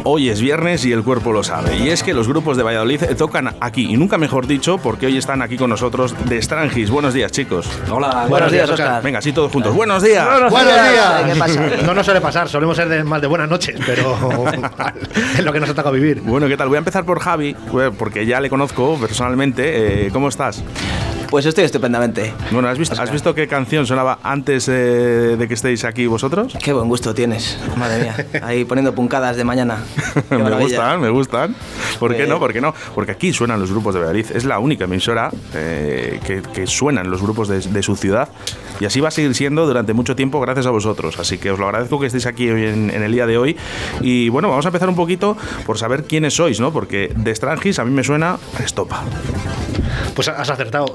Hoy es viernes y el cuerpo lo sabe. Y es que los grupos de Valladolid tocan aquí, y nunca mejor dicho, porque hoy están aquí con nosotros de Strangis. Buenos días, chicos. Hola. Buenos días, Óscar. Venga, así todos juntos. ¡Buenos días! ¡Buenos días! ¿Qué pasa? No nos suele pasar, solemos ser más de buenas noches, pero es lo que nos ha tocado vivir. Bueno, ¿qué tal? Voy a empezar por Javi, porque ya le conozco personalmente. ¿Cómo estás? Pues estoy estupendamente. Bueno, ¿has visto qué canción sonaba antes de que estéis aquí vosotros? Qué buen gusto tienes, madre mía. Ahí poniendo puncadas de mañana. Me gustan. ¿Por qué no? Porque aquí suenan los grupos de Valladolid. Es la única emisora que suenan los grupos de su ciudad. Y así va a seguir siendo durante mucho tiempo gracias a vosotros. Así que os lo agradezco que estéis aquí hoy en el día de hoy. Y bueno, vamos a empezar un poquito por saber quiénes sois, ¿no? Porque de Strangis a mí me suena a Estopa. Pues has acertado.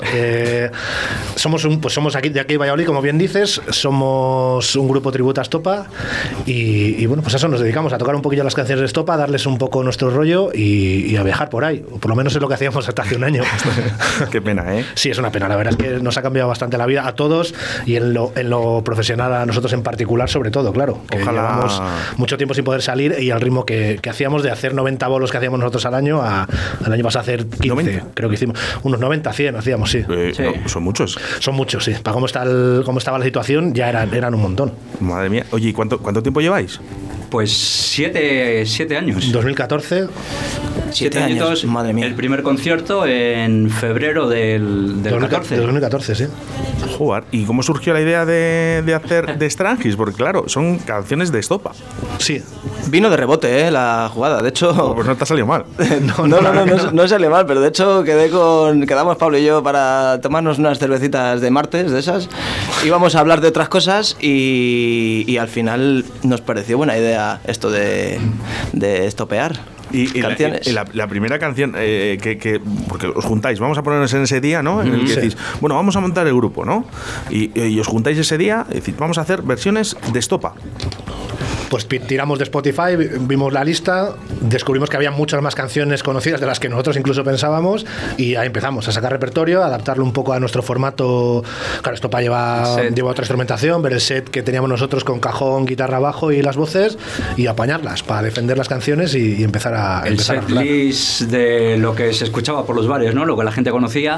Somos aquí de Valladolid, como bien dices. Somos un grupo tributo a Estopa y bueno, pues a eso nos dedicamos, a tocar un poquillo las canciones de Estopa, a darles un poco nuestro rollo y a viajar por ahí. O por lo menos es lo que hacíamos hasta hace un año. Qué pena, ¿eh? Sí, es una pena. La verdad es que nos ha cambiado bastante la vida a todos y en lo profesional a nosotros en particular, sobre todo, claro. Ojalá. Llevamos mucho tiempo sin poder salir y al ritmo que hacíamos de hacer 90 bolos que hacíamos nosotros al año, al año pasado a hacer 15, 90. creo que hicimos. Unos 90, 100 hacíamos, sí. Sí. No, son muchos. Son muchos, sí. Para cómo estaba la situación, ya eran un montón. Madre mía. Oye, ¿y cuánto tiempo lleváis? Pues 7 años. 2014. 7 años, madre mía. El primer concierto en febrero del 14. 2014, sí. Joder, ¿y cómo surgió la idea de hacer de Strangis? Porque claro, son canciones de Estopa. Sí. Vino de rebote, la jugada. De hecho... Pues no te ha salido mal. No sale mal, pero de hecho quedamos Pablo y yo para tomarnos unas cervecitas de martes, de esas. Íbamos a hablar de otras cosas y al final nos pareció buena idea esto de estopear. Y canciones. la primera canción porque os juntáis, vamos a ponernos en ese día, ¿no? En el que decís, bueno, vamos a montar el grupo, ¿no? Y os juntáis ese día y decís, vamos a hacer versiones de Estopa. Pues tiramos de Spotify, vimos la lista, descubrimos que había muchas más canciones conocidas de las que nosotros incluso pensábamos y ahí empezamos a sacar repertorio, a adaptarlo un poco a nuestro formato. Claro, Estopa lleva otra instrumentación, ver el set que teníamos nosotros con cajón, guitarra, bajo y las voces y apañarlas para defender las canciones y empezar a el setlist de lo que se escuchaba por los bares, ¿no? Lo que la gente conocía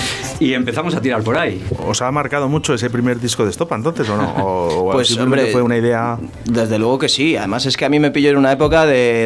y empezamos a tirar por ahí. ¿Os ha marcado mucho ese primer disco de Estopa entonces o no? ¿O pues simplemente hombre, fue una idea? Desde luego que sí. Además es que a mí me pilló en una época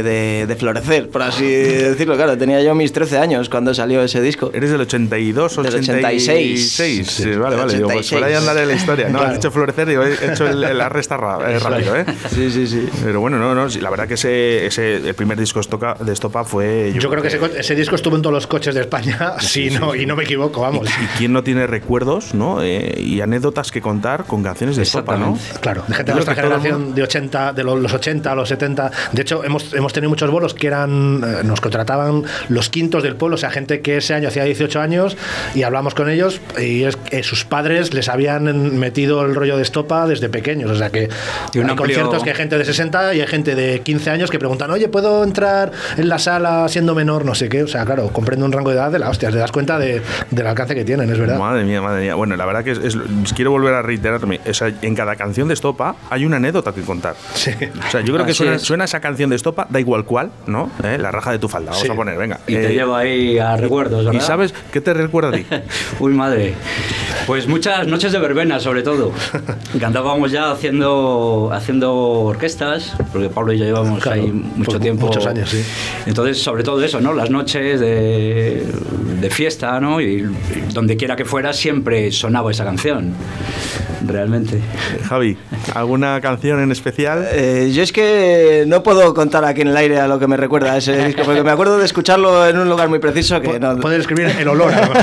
de florecer, por así decirlo. Claro, tenía yo mis 13 años cuando salió ese disco. ¿Eres del 82 o 86? Sí, vale. Digo, pues por ahí andaré la historia. No, claro. Has dicho florecer y he hecho la resta rápido, ¿eh? Sí. Pero bueno, no, la verdad que el primer disco de Estopa fue... Yo creo que ese disco estuvo en todos los coches de España, y no me equivoco, vamos. ¿Y quién no tiene recuerdos, ¿no? Y anécdotas que contar con canciones de Estopa, ¿no? Claro, de gente de nuestra generación de 80, de los 80, los 70. De hecho, hemos tenido muchos bolos que nos contrataban los quintos del pueblo, o sea, gente que ese año hacía 18 años y hablamos con ellos y sus padres les habían metido el rollo de Estopa desde pequeños, o sea que hay conciertos que hay gente de 60 y hay gente de 15 años que preguntan, oye, ¿puedo entrar en la sala siendo menor? No sé qué, o sea, claro, comprendo un rango de edad de la hostia, te das cuenta del alcance que tienen, es verdad. Madre mía. Bueno, la verdad que quiero volver a reiterarme, en cada canción de Estopa hay una anécdota que contar. Sí. O sea, yo creo que suena esa canción de Estopa, da igual cuál, ¿no? La raja de tu falda, vamos a poner, venga. Y te llevo ahí a recuerdos, ¿verdad? ¿Y sabes qué te recuerda a ti? Uy, madre. Pues muchas noches de verbena, sobre todo. Que andábamos ya haciendo orquestas, porque Pablo y yo llevamos ahí mucho tiempo. Muchos años, sí. Entonces, sobre todo eso, ¿no? Las noches de fiesta, ¿no? Y donde quiera que fuera siempre sonaba esa canción. Realmente. Javi, ¿alguna canción en especial? Yo es que no puedo contar aquí en el aire a lo que me recuerda ese disco, porque me acuerdo de escucharlo en un lugar muy preciso que no... Puedes describir el olor, a lo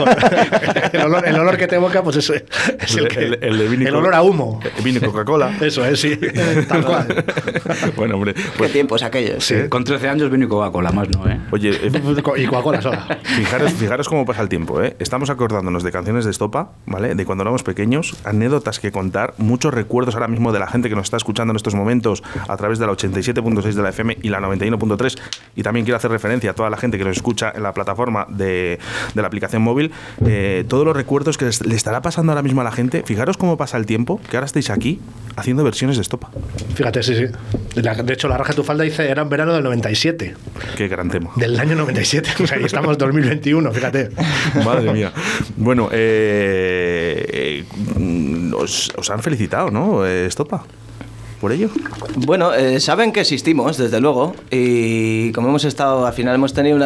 mejor. el olor que te evoca, pues eso es el olor a humo. Vino y Coca-Cola. Eso es, sí. Tal cual. Bueno, hombre. Pues, ¿qué tiempos aquellos? Sí. Con 13 años vino y Coca-Cola, más no, ¿eh? Oye, y Coca-Cola sola. Fijaros cómo pasa el tiempo, ¿eh? Estamos acordándonos de canciones de Estopa, ¿vale? De cuando éramos pequeños, anécdotas que que contar, muchos recuerdos ahora mismo de la gente que nos está escuchando en estos momentos a través de la 87.6 de la FM y la 91.3, y también quiero hacer referencia a toda la gente que nos escucha en la plataforma de la aplicación móvil, todos los recuerdos que le estará pasando ahora mismo a la gente. Fijaros cómo pasa el tiempo, que ahora estáis aquí haciendo versiones de Estopa. Fíjate, sí. De hecho, La Raja de tu Falda dice era en verano del 97. Qué gran tema. Del año 97. O sea, ahí estamos en 2021, fíjate. Madre mía. Bueno, os han felicitado, ¿no? Estopa. ¿Por ello? Bueno, saben que existimos, desde luego, y como hemos estado, al final hemos tenido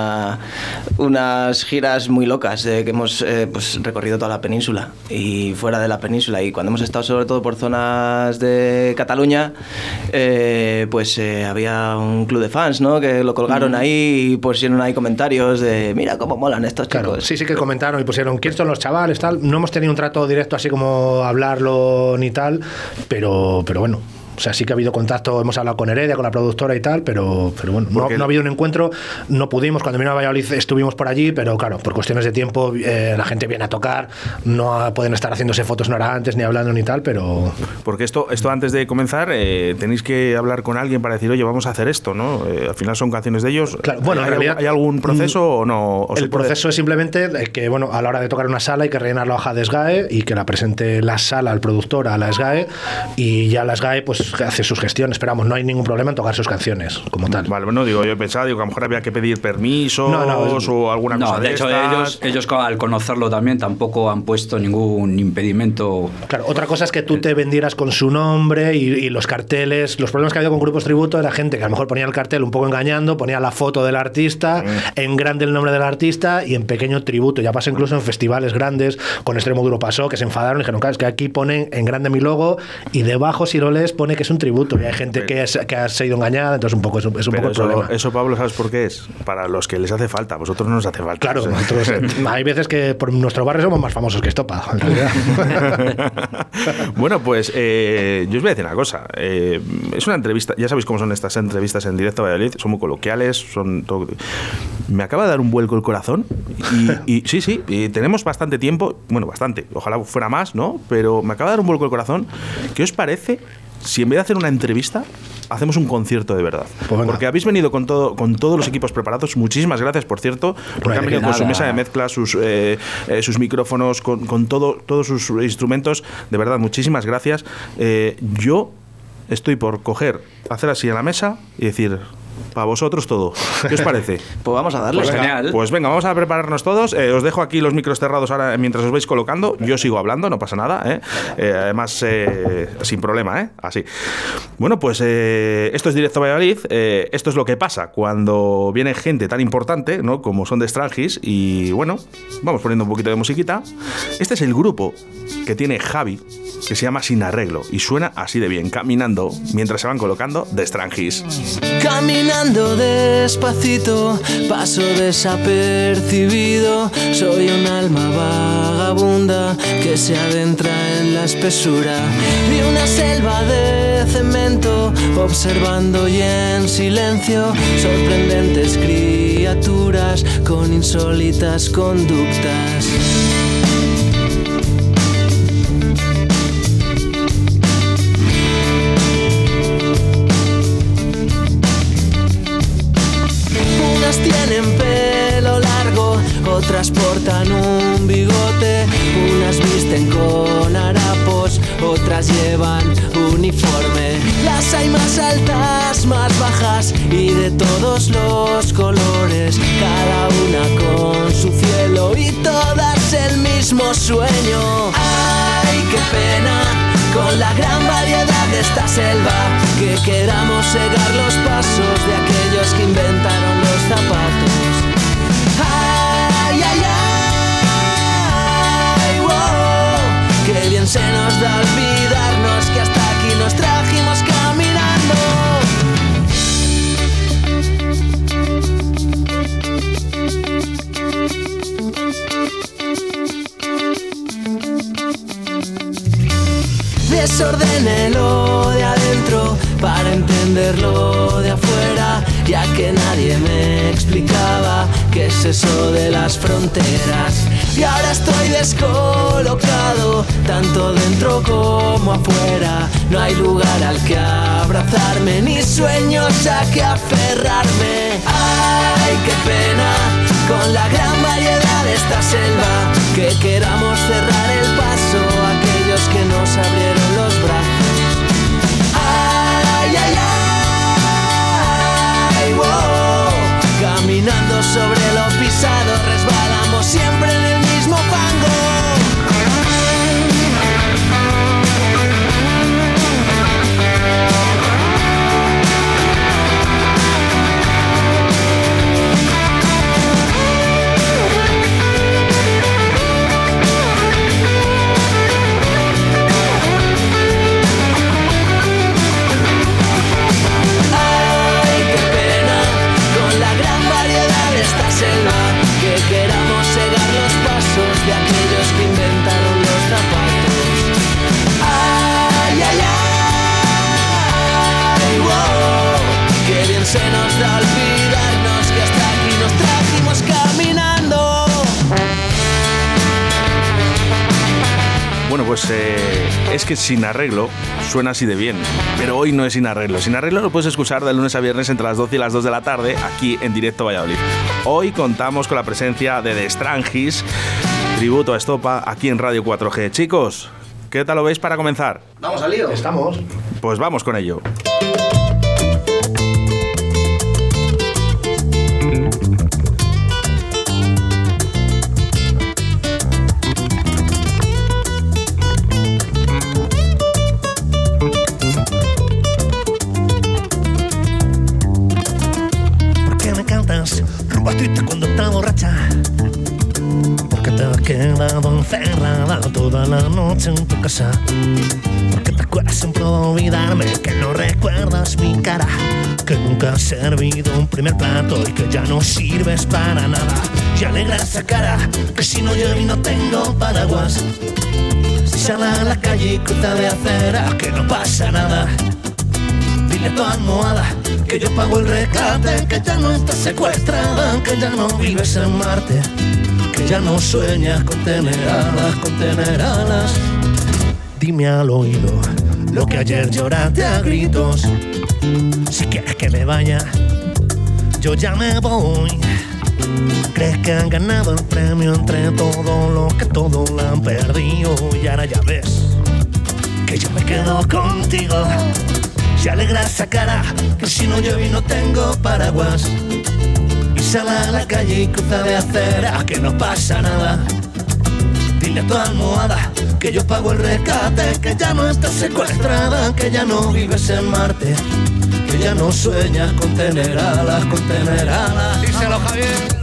unas giras muy locas, que hemos pues, recorrido toda la península y fuera de la península, y cuando hemos estado sobre todo por zonas de Cataluña, pues había un club de fans, ¿no?, que lo colgaron ahí y pusieron ahí comentarios de mira cómo molan estos chicos. Sí, que comentaron y pusieron quién son los chavales, tal. No hemos tenido un trato directo así como hablarlo ni tal, pero bueno. O sea, sí que ha habido contacto, hemos hablado con Heredia, con la productora y tal, pero bueno, no ha habido un encuentro, no pudimos, cuando vino a Valladolid estuvimos por allí, pero claro, por cuestiones de tiempo, la gente viene a tocar, no pueden estar haciéndose fotos no era antes, ni hablando ni tal, pero... Porque esto antes de comenzar, tenéis que hablar con alguien para decir, oye, vamos a hacer esto, ¿no? Al final son canciones de ellos. Claro, bueno, en realidad... ¿Hay algún proceso o no? El proceso es simplemente que, bueno, a la hora de tocar una sala hay que rellenar la hoja de SGAE y que la presente la sala al productor a la SGAE, y ya la SGAE pues hace sus gestiones. Esperamos, no hay ningún problema en tocar sus canciones como tal. Vale, bueno, yo pensaba, que a lo mejor había que pedir permisos o alguna cosa de hecho ellos al conocerlo también tampoco han puesto ningún impedimento. Claro, otra cosa es que tú te vendieras con su nombre y los carteles. Los problemas que ha habido con grupos tributo era gente que a lo mejor ponía el cartel un poco engañando, ponía la foto del artista, en grande el nombre del artista y en pequeño tributo. Ya pasa incluso en festivales grandes, con Extremo Duro pasó, que se enfadaron y dijeron, claro, es que aquí ponen en grande mi logo y debajo, si lo lees, pone que es un tributo. Y hay gente que ha sido engañada, entonces un poco es un poco el problema. Eso, Pablo, ¿sabes por qué es? Para los que les hace falta, a vosotros no nos hace falta. Claro, nosotros, hay veces que por nuestro barrio somos más famosos que Estopa, en realidad. Bueno, pues yo os voy a decir una cosa. Es una entrevista, ya sabéis cómo son estas entrevistas en directo a Valladolid, son muy coloquiales, me acaba de dar un vuelco el corazón y sí, y tenemos bastante tiempo, bueno, bastante, ojalá fuera más, ¿no? Pero me acaba de dar un vuelco el corazón. ¿Qué os parece si en vez de hacer una entrevista hacemos un concierto de verdad? Porque habéis venido con todos los equipos preparados. Muchísimas gracias, por cierto, porque han venido con su mesa de mezcla, sus micrófonos, con todos sus instrumentos. De verdad, muchísimas gracias. Yo estoy por hacer así en la mesa y decir... Para vosotros todo. ¿Qué os parece? Pues vamos a darle. Pues genial. Pues venga, vamos a prepararnos todos. Os dejo aquí los micros cerrados ahora mientras os vais colocando. Yo sigo hablando, no pasa nada. Además, sin problema, así. Bueno, pues esto es Directo a Valladolid. Esto es lo que pasa cuando viene gente tan importante, ¿no?, como son de Strangis. Y bueno, vamos poniendo un poquito de musiquita. Este es el grupo que tiene Javi, que se llama Sin Arreglo. Y suena así de bien, caminando mientras se van colocando de Strangis. Caminando despacito, paso desapercibido. Soy un alma vagabunda que se adentra en la espesura de una selva de cemento, observando y en silencio sorprendentes criaturas con insólitas conductas. Tienen pelo largo, otras portan un bigote, unas visten con harapos, otras llevan uniforme. Las hay más altas, más bajas y de todos los colores, cada una con su cielo y todas el mismo sueño. ¡Ay, qué pena! Con la gran variedad de esta selva, que queramos cegar los pasos de aquellos que inventaron los zapatos. ¡Ay, ay, ay! ¡Wow! ¡Qué bien se nos da olvidarnos que hasta aquí nos trajimos caminando! Desordénelo de adentro para entenderlo de afuera, ya que nadie me explicaba ¿qué es eso de las fronteras? Y ahora estoy descolocado, tanto dentro como afuera. No hay lugar al que abrazarme, ni sueños a que aferrarme. Ay, qué pena, con la gran variedad de esta selva, que queramos cerrar el paso a aquellos que nos abrieron los brazos. Ay, ay, ay, wow. Caminando sobre lo pisado, resbalamos siempre en el mismo fango. Que queramos cegar los pasos de aquellos que inventaron los zapatos. Ay, ay, ay, wow. Qué bien se nos da olvidarnos que hasta aquí nos trajimos caminando. Bueno, pues es que Sin Arreglo suena así de bien, pero hoy no es Sin Arreglo. Sin Arreglo lo puedes escuchar de lunes a viernes entre las 12 y las 2 de la tarde aquí en Directo Valladolid. Hoy contamos con la presencia de The Strangis, tributo a Estopa, aquí en Radio 4G. Chicos, ¿qué tal lo veis para comenzar? Vamos al lío. Estamos. Pues vamos con ello. Cuando está borracha, porque te has quedado encerrada toda la noche en tu casa, porque te acuerdas siempre de olvidarme, que no recuerdas mi cara, que nunca has servido un primer plato y que ya no sirves para nada. Y alegra esa cara, que si no llueve y no tengo paraguas, si sale a la calle y cruza de acera, que no pasa nada. Dile a tu almohada que yo pago el rescate, que ya no estás secuestrada, que ya no vives en Marte, que ya no sueñas con tener alas, con tener alas. Dime al oído lo que ayer lloraste a gritos. Si quieres que me vaya, yo ya me voy. ¿Crees que han ganado el premio entre todos los que todo lo han perdido? Y ahora ya ves que yo me quedo contigo. Se alegra esa cara, que si no llueve y no tengo paraguas, y sale a la calle y cruza de acera, que no pasa nada. Dile a tu almohada que yo pago el rescate, que ya no estás secuestrada, que ya no vives en Marte, que ya no sueñas con tener alas, con tener alas. Díselo, Javier.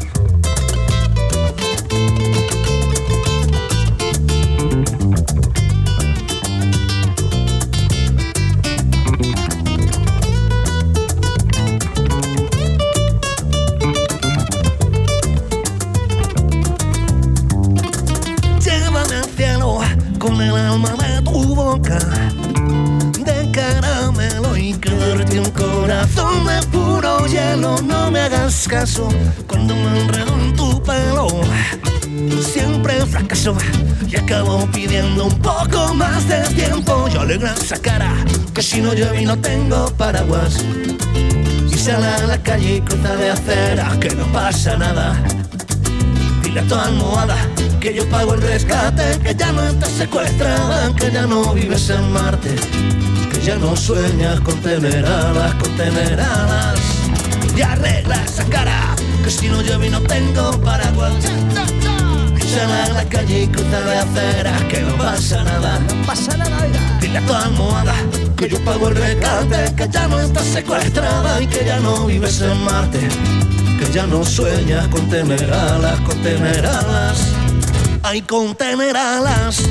Con el alma de tu boca de caramelo y que derritió un corazón de puro hielo. No me hagas caso cuando me enredo en tu pelo, siempre fracaso y acabo pidiendo un poco más de tiempo. Yo alegra esa cara, que si no llueve y no tengo paraguas, y sale a la calle y cruza de acera, que no pasa nada. Dile a tu almohada que yo pago el rescate, que ya no estás secuestrada, que ya no vives en Marte, que ya no sueñas con tener alas, con tener alas. Y arregla esa cara, que si no llueve y no tengo paraguas, que sale a la calle y cruza de acera, que no pasa nada, no pasa nada. Dile a tu almohada que yo pago el rescate, que ya no estás secuestrada y que ya no vives en Marte, que ya no sueñas con tener alas, con tener alas. Ay, con tener alas.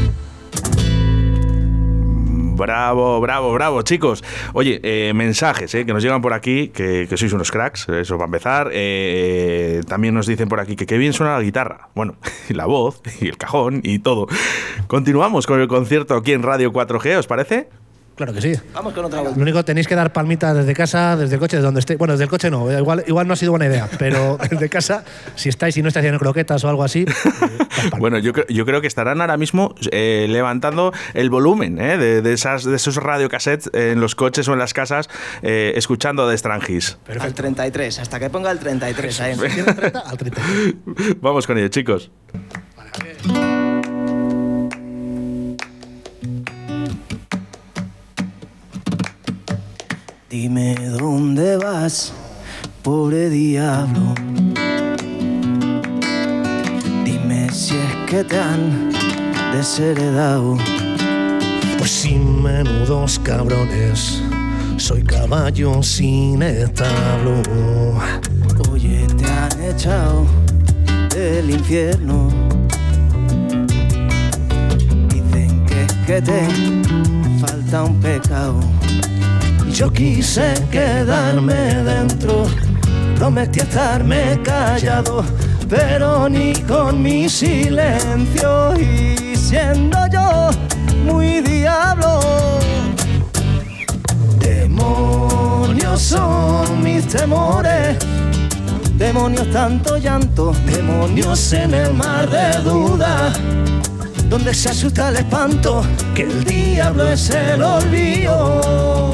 Bravo, bravo, bravo, chicos. Oye, mensajes que nos llegan por aquí, que sois unos cracks, eso para empezar. También nos dicen por aquí que qué bien suena la guitarra. Bueno, y la voz, y el cajón, y todo. Continuamos con el concierto aquí en Radio 4G, ¿os parece? Claro que sí. Vamos con otra vuelta. Lo único, tenéis que dar palmitas desde casa, desde el coche, desde donde estéis. Bueno, desde el coche no, igual no ha sido buena idea, pero desde casa, si estáis y no estáis haciendo croquetas o algo así. Bueno, yo creo que estarán ahora mismo levantando el volumen de esos radiocassettes en los coches o en las casas, escuchando The Strangis. Al 33, hasta que ponga el 33 ahí. ¿Tiene 30? Al 30. Vamos con ello, chicos. Dime dónde vas, pobre diablo. Dime si es que te han desheredado. Pues sin menudos cabrones, soy caballo sin establo. Oye, te han echado del infierno. Dicen que es que te falta un pecado. Yo quise quedarme dentro, prometí estarme callado, pero ni con mi silencio, y siendo yo muy diablo. Demonios son mis temores, demonios tanto llanto, demonios en el mar de duda, donde se asusta el espanto, que el diablo es el olvido.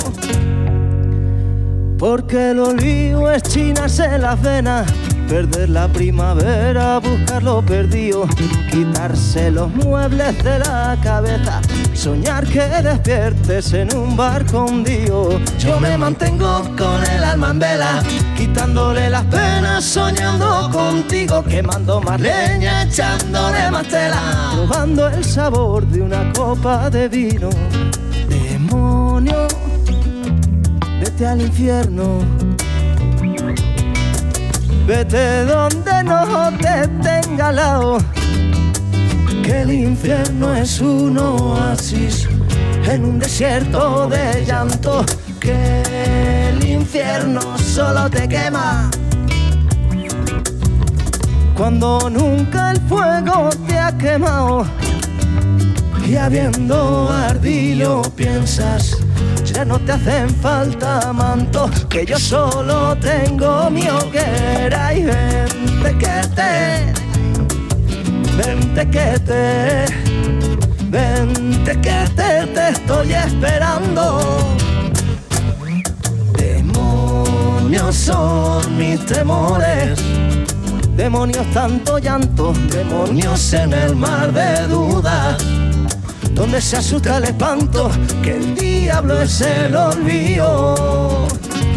Porque el olvido es chinarse las venas, perder la primavera, buscar lo perdido, quitarse los muebles de la cabeza, soñar que despiertes en un barco hundido. Yo me mantengo con el alma en vela, quitándole las penas, soñando contigo, quemando más leña, echándole más tela, probando el sabor de una copa de vino. Demonio, vete al infierno, vete donde no te tenga al lado, que el infierno es un oasis en un desierto de llanto, que el infierno solo te quema cuando nunca el fuego te ha quemado, y habiendo ardido piensas ya no te hacen falta mantos, que yo solo tengo mi hoguera. Y vente que te estoy esperando. Demonios son mis temores, demonios tanto llanto, demonios en el mar de dudas, donde se asusta el espanto, que el diablo es el olvido.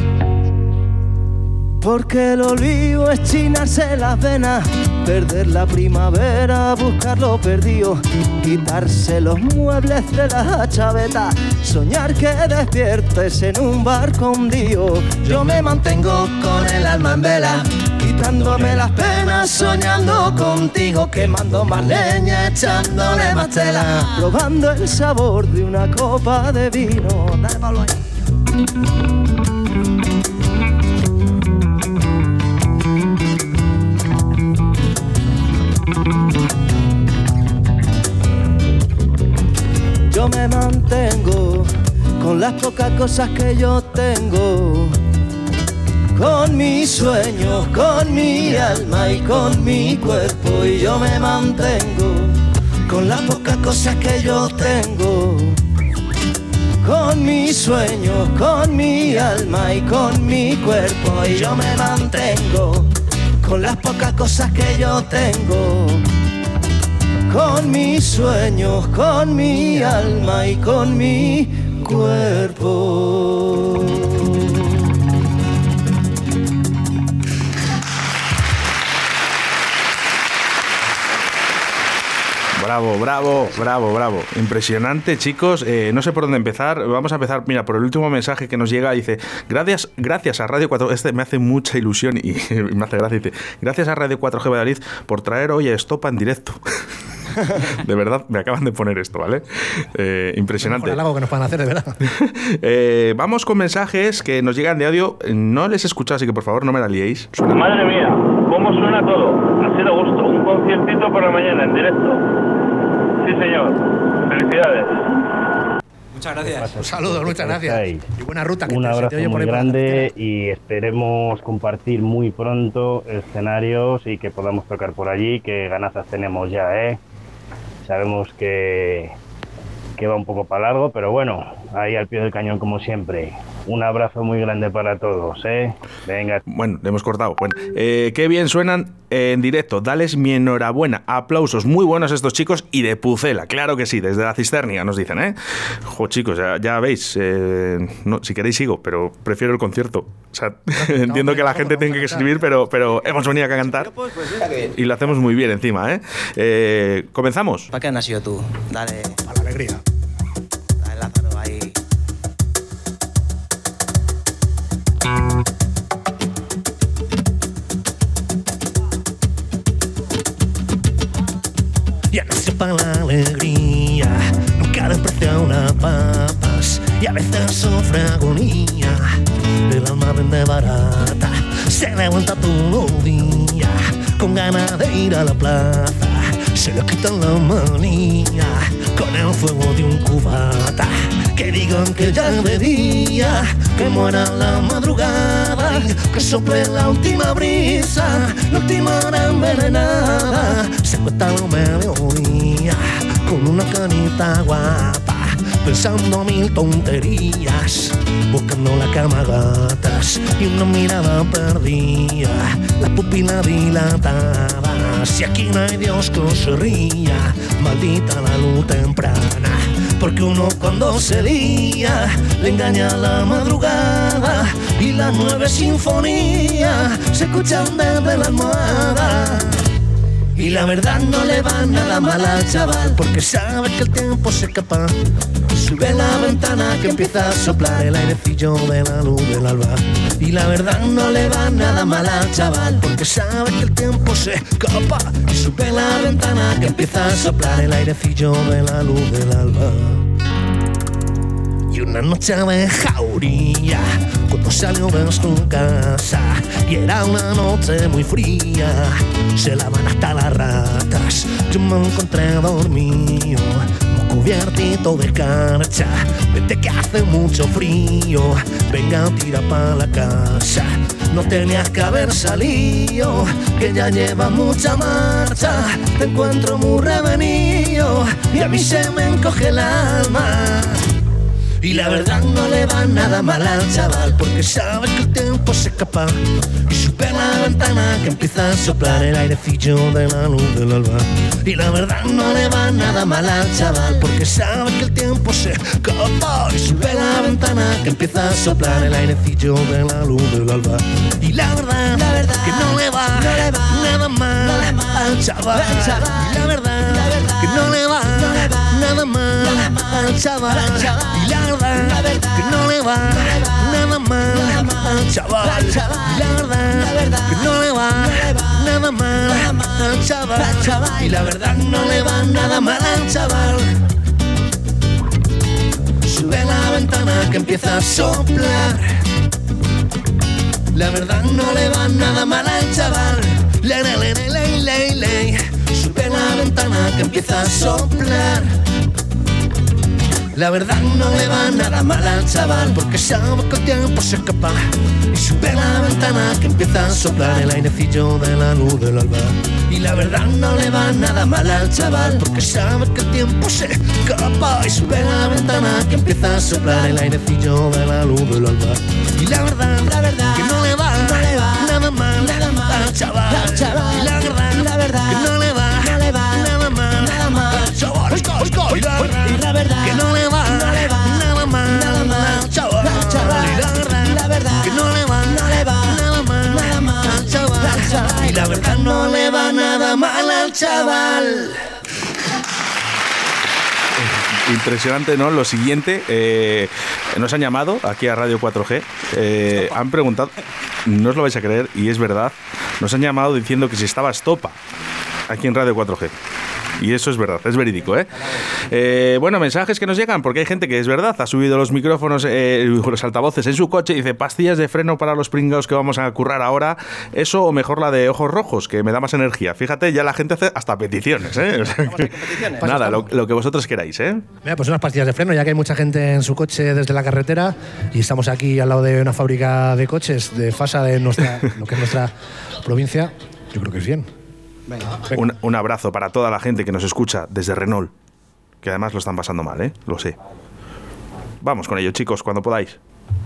Porque el olvido es chinarse las venas, perder la primavera, buscar lo perdido, quitarse los muebles de la chaveta, soñar que despiertes en un barco hundido. Yo me mantengo con el alma en vela, quitándome las penas, soñando contigo, quemando más leña, echándole más tela, probando el sabor de una copa de vino. Dale, Pablo, ahí. Yo me mantengo con las pocas cosas que yo tengo, con mis sueños, con mi alma y con mi cuerpo. Y yo me mantengo con las pocas cosas que yo tengo, con mis sueños, con mi alma y con mi cuerpo. Y yo me mantengo con las pocas cosas que yo tengo, con mis sueños, con mi alma y con mi cuerpo. Bravo, bravo, bravo, bravo. Impresionante, chicos. No sé por dónde empezar. Vamos a empezar, mira, por el último mensaje que nos llega. Dice, gracias a Radio 4... Este me hace mucha ilusión y me hace gracia. Dice, gracias a Radio 4G Valladolid por traer hoy a Estopa en directo. De verdad, me acaban de poner esto, ¿vale? Impresionante. El halago que nos van a hacer, de verdad. Vamos con mensajes que nos llegan de audio. No les he escuchado, así que por favor no me la liéis. Madre mía, cómo suena todo. Ha sido gusto. Un conciertito por la mañana en directo. Sí, señor. Felicidades. Muchas gracias. Saludos, muchas gracias. Y buena ruta. Que un abrazo se te oye por muy ahí grande y esperemos compartir muy pronto escenarios y que podamos tocar por allí, que ganazas tenemos ya, ¿eh? Sabemos que va un poco para largo, pero bueno, ahí al pie del cañón como siempre. Un abrazo muy grande para todos, ¿eh? Venga. Bueno, le hemos cortado. Bueno, qué bien suenan en directo. Dales mi enhorabuena. Aplausos muy buenos estos chicos y de Pucela. Claro que sí, desde la Cisternia nos dicen, ¿eh? Jo, chicos, ya veis. No, si queréis sigo, pero prefiero el concierto. O sea, entiendo que la gente tiene que escribir, pero hemos venido acá a cantar. Y lo hacemos muy bien encima, ¿eh? ¿Comenzamos? ¿Para qué has nacido tú? Dale. Para la alegría. Dale, Lázaro, ahí. Ya nació para la alegría, nunca desprecia unas papas y a veces sufre agonía. El alma vende barata, se levanta todo el día con ganas de ir a la plaza. Se le quitan la manía con el fuego de un cubata. Que digan que ya es de día, que muera la madrugada, que sople la última brisa, la última hora envenenada. Se cuesta lo mediodía con una canita guapa, pensando mil tonterías, buscando la cama gatas y una mirada perdida, la pupila dilatada. Si aquí no hay Dios que se ría, maldita la luz temprana, porque uno cuando se lía le engaña la madrugada y las 9 sinfonías se escuchan desde la almohada. Y la verdad no le va nada mal al chaval, porque sabe que el tiempo se escapa. Sube la ventana que empieza a soplar el airecillo de la luz del alba. Y la verdad no le va nada mal al chaval, porque sabe que el tiempo se escapa. Y sube la ventana que empieza a soplar el airecillo de la luz del alba. Y una noche de jauría, cuando salió de su casa, y era una noche muy fría, se lavan hasta las ratas. Yo me encontré dormido, cubiertito de escarcha. Vete que hace mucho frío, venga, tira pa' la casa. No tenías que haber salido, que ya lleva mucha marcha. Te encuentro muy revenido y a mí se me encoge el alma. Y la verdad no le va nada mal al chaval, porque sabe que el tiempo se escapa. Y sube la ventana que empieza a soplar el airecillo de la luz del alba. Y la verdad no le va nada mal al chaval, porque sabe que el tiempo se escapa. Y sube la ventana que empieza a soplar el airecillo de la luz del alba. Y la verdad que no le va nada mal al chaval. Y la verdad que no le va nada mal al chaval. Y la verdad que no le va nada mal al chaval. Y la verdad que no le va nada mal al chaval. Y la verdad no le va nada mal al chaval. Sube la ventana que empieza a soplar. La verdad no le va nada mal al chaval. Sube la ventana que empieza a soplar. La verdad no le va nada mal al chaval, porque sabe que el tiempo se escapa. Y sube la ventana que empieza a soplar el airecillo de la luz del alba. Y la verdad no le va nada mal al chaval, porque sabe que el tiempo se escapa. Y sube la ventana que empieza a soplar el airecillo de la luz del alba. Y la verdad que no le va nada mal al chaval. Y la verdad que no le va nada mal al chaval. Y la verdad que no le va nada mal al chaval. Y la verdad que no le va nada mal al chaval. Y la verdad no le va nada mal al chaval. Impresionante, ¿no? Lo siguiente, nos han llamado aquí a Radio 4G, han preguntado, no os lo vais a creer, y es verdad, nos han llamado diciendo que si estaba Estopa aquí en Radio 4G. Y eso es verdad, es verídico, bueno, mensajes que nos llegan, porque hay gente que es verdad, ha subido los micrófonos, los altavoces en su coche y dice, pastillas de freno para los pringaos que vamos a currar ahora, eso o mejor la de ojos rojos, que me da más energía. Fíjate, ya la gente hace hasta peticiones, O sea, nada, lo que vosotros queráis, Mira, pues unas pastillas de freno, ya que hay mucha gente en su coche desde la carretera y estamos aquí al lado de una fábrica de coches de Fasa de lo que es nuestra provincia, yo creo que es bien. Venga. Un abrazo para toda la gente que nos escucha desde Renault, que además lo están pasando mal, lo sé. Vamos con ello, chicos, cuando podáis.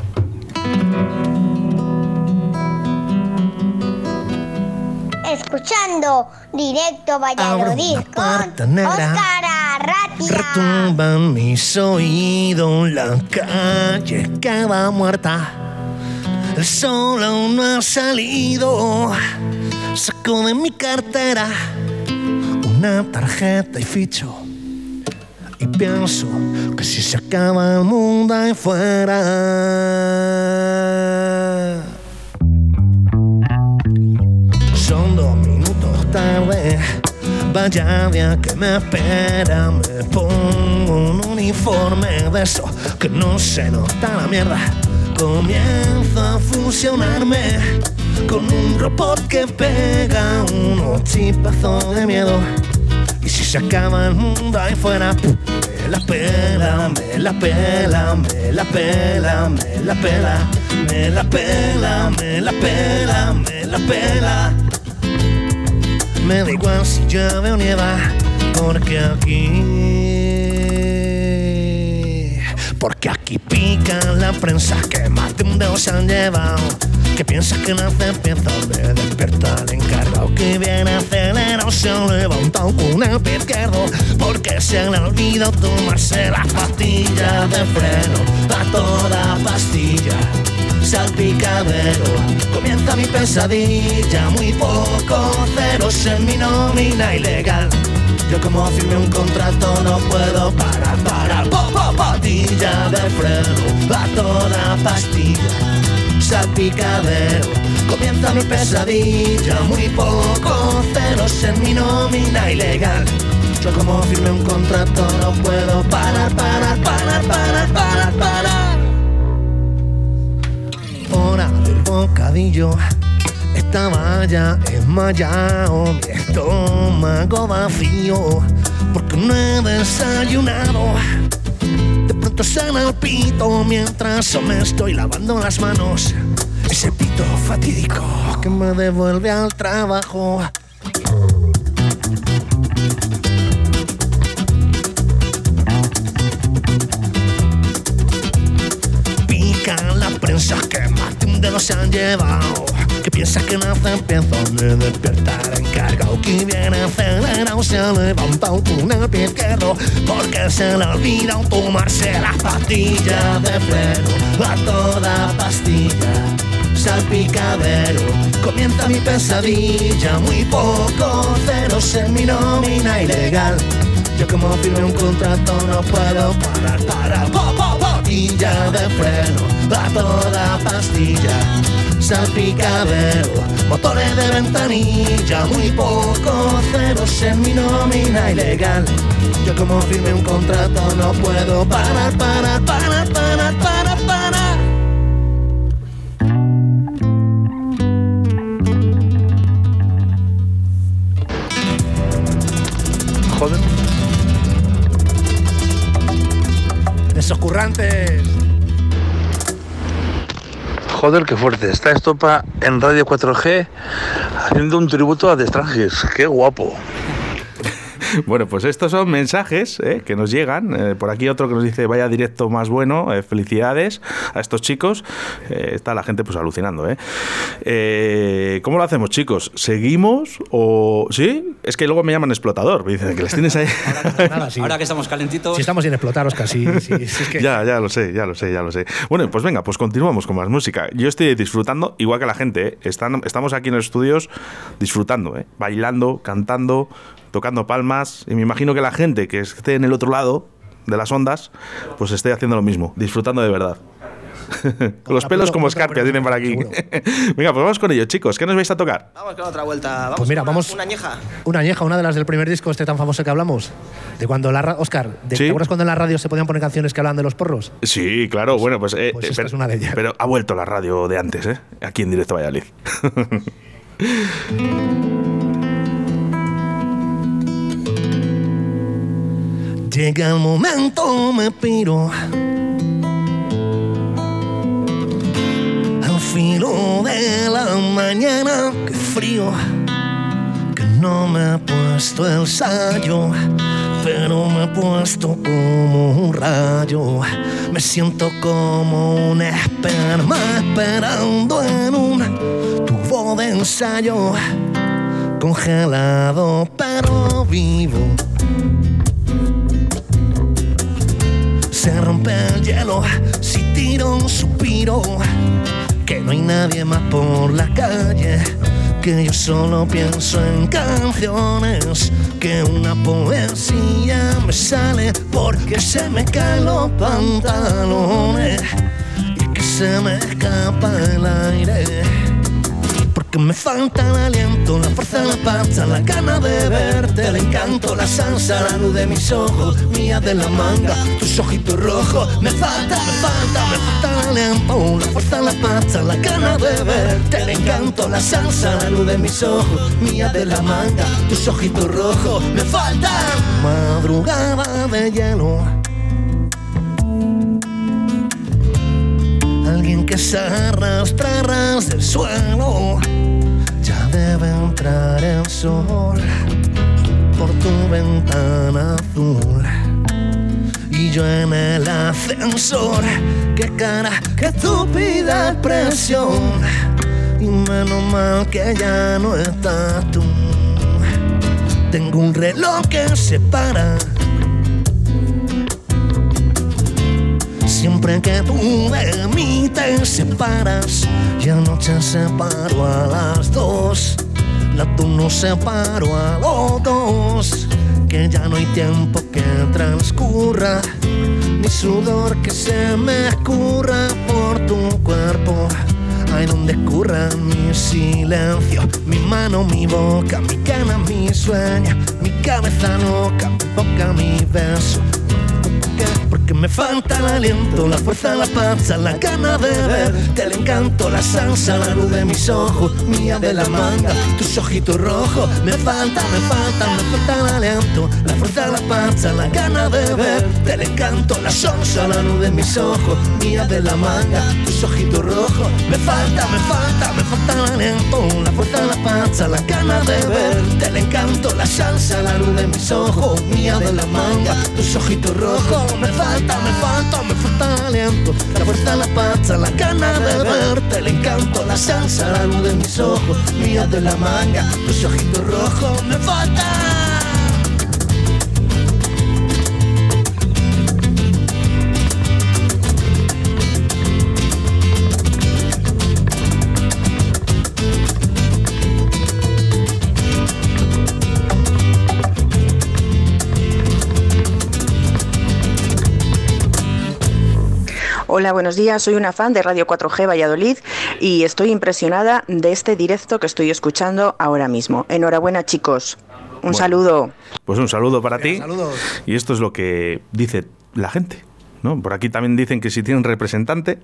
Escuchando Directo Valladolid con Óscar Arratia. Retumban mis oídos, la calle queda muerta. El sol aún no ha salido. Saco de mi cartera una tarjeta y ficho. Y pienso que si se acaba el mundo ahí fuera. Son 2 minutos tarde, vaya día que me espera. Me pongo un uniforme de eso que no se nota la mierda. Comienzo a fusionarme con un robot que pega unos chipazos de miedo. Y si se acaba el mundo ahí fuera, me la pela, me la pela, me la pela, me la pela, me la pela, me la pela, me la pela. Me da igual si llueve o nieva, porque aquí pica la prensa que más de un dedo se han llevado. Que piensa que nace empieza de despierta el encargado que viene acelerado, se ha levantado con el pie izquierdo porque se le ha olvidado tomarse las pastillas de freno. A toda pastilla, salpicadero, comienza mi pesadilla. Muy poco ceros en mi nómina ilegal. Yo como firmé un contrato no puedo parar. Pastilla de freno, a toda pastilla, salpicadero, comienza mi pesadilla. Muy poco ceros en mi nómina ilegal. Yo como firmé un contrato no puedo parar. Hora del bocadillo, estaba ya enmayado, mi estómago vacío, porque no he desayunado. De pronto suena el pito mientras me estoy lavando las manos. Ese pito fatídico que me devuelve al trabajo. Pica la prensa que más de un dedo se han llevado. Que piensa que nace empieza de despertar encargado que viene acelerado, se ha levantado con el pie izquierdo porque se le ha olvidado tomarse las pastillas de freno. A toda pastilla, salpicadero, comienza mi pesadilla. Muy poco ceros en mi nómina ilegal. Yo como firmé un contrato no puedo parar. Pastilla de freno, a toda pastilla, salpicadero, motores de ventanilla. Muy poco ceros en mi nómina ilegal. Yo como firmé un contrato no puedo parar. Joder. Esos currantes. Joder, qué fuerte. Está Estopa en Radio 4G haciendo un tributo a The Strangers. ¡Qué guapo! Bueno, pues estos son mensajes que nos llegan. Por aquí otro que nos dice, vaya directo más bueno, felicidades a estos chicos. Está la gente pues alucinando. ¿Cómo lo hacemos, chicos? ¿Seguimos o...? ¿Sí? Es que luego me llaman explotador. Me dicen que les tienes ahí. Nada, sí. Ahora que estamos calentitos... Si estamos sin explotar, Óscar, sí, es que... Ya lo sé. Bueno, pues venga, pues continuamos con más música. Yo estoy disfrutando, igual que la gente. Estamos aquí en los estudios disfrutando, bailando, cantando, tocando palmas, y me imagino que la gente que esté en el otro lado de las ondas pues esté haciendo lo mismo, disfrutando de verdad. Los pelos como escarpias, dicen por aquí. Venga, pues vamos con ello, chicos. ¿Qué nos vais a tocar? Vamos con otra vuelta. Vamos, pues mira, vamos una añeja. Una añeja, una de las del primer disco este tan famoso que hablamos. De cuando Óscar, ¿Sí? ¿te acuerdas cuando en la radio se podían poner canciones que hablaban de los porros? Sí, claro. Bueno, pues esta es una de ellas. Pero ha vuelto la radio de antes, aquí en Directo Valladolid. Llega el momento, me piro al filo de la mañana. Qué frío, que no me he puesto el sayo, pero me he puesto como un rayo. Me siento como un esperma esperando en un tubo de ensayo, congelado pero vivo. Se rompe el hielo si tiro un suspiro, que no hay nadie más por la calle, que yo solo pienso en canciones, que una poesía me sale porque se me caen los pantalones y que se me escapa el aire, porque me falta el aliento, la fuerza, la panza, la gana de verte, el encanto, la salsa, la luz de mis ojos, mía de la manga, tus ojitos rojos. Me falta el aliento, la fuerza, la panza, la gana de verte, el encanto, la salsa, la luz de mis ojos, mía de la manga, tus ojitos rojos. Me falta madrugada de hielo, alguien que se arrastra a ras del suelo. Ya debe entrar el sol por tu ventana azul y yo en el ascensor. Qué cara, qué estúpida expresión, y menos mal que ya no estás tú. Tengo un reloj que se para siempre que tú de mí te separas, y anoche separo a las 2, la tú no separo a los 2, que ya no hay tiempo que transcurra, ni sudor que se me escurra por tu cuerpo. Ay, donde escurra mi silencio, mi mano, mi boca, mi cana, mi sueño, mi cabeza loca, mi boca, mi beso. Porque me falta el aliento, la fuerza, la panza, la gana de verte, el encanto, la salsa, la luz de mis ojos, mía de la manga, tus ojitos rojos. Me falta el aliento, la fuerza, la panza, la gana de verte, el encanto, la salsa, la luz de mis ojos, mía de la manga, tus ojitos rojos. Me falta el aliento, la fuerza, la panza, la gana de verte, el encanto, la salsa, la luz de mis ojos, mía de la manga, tus ojitos rojos. Me falta el aliento, la fuerza, la panza, la gana de verte, el encanto, la salsa, la luz de mis ojos, mía de la manga, tus ojitos rojos. Me falta. Hola, buenos días. Soy una fan de Radio 4G Valladolid y estoy impresionada de este directo que estoy escuchando ahora mismo. Enhorabuena, chicos. Un saludo. Pues un saludo para ti. Saludos. Y esto es lo que dice la gente, ¿no? Por aquí también dicen que si tienen representante.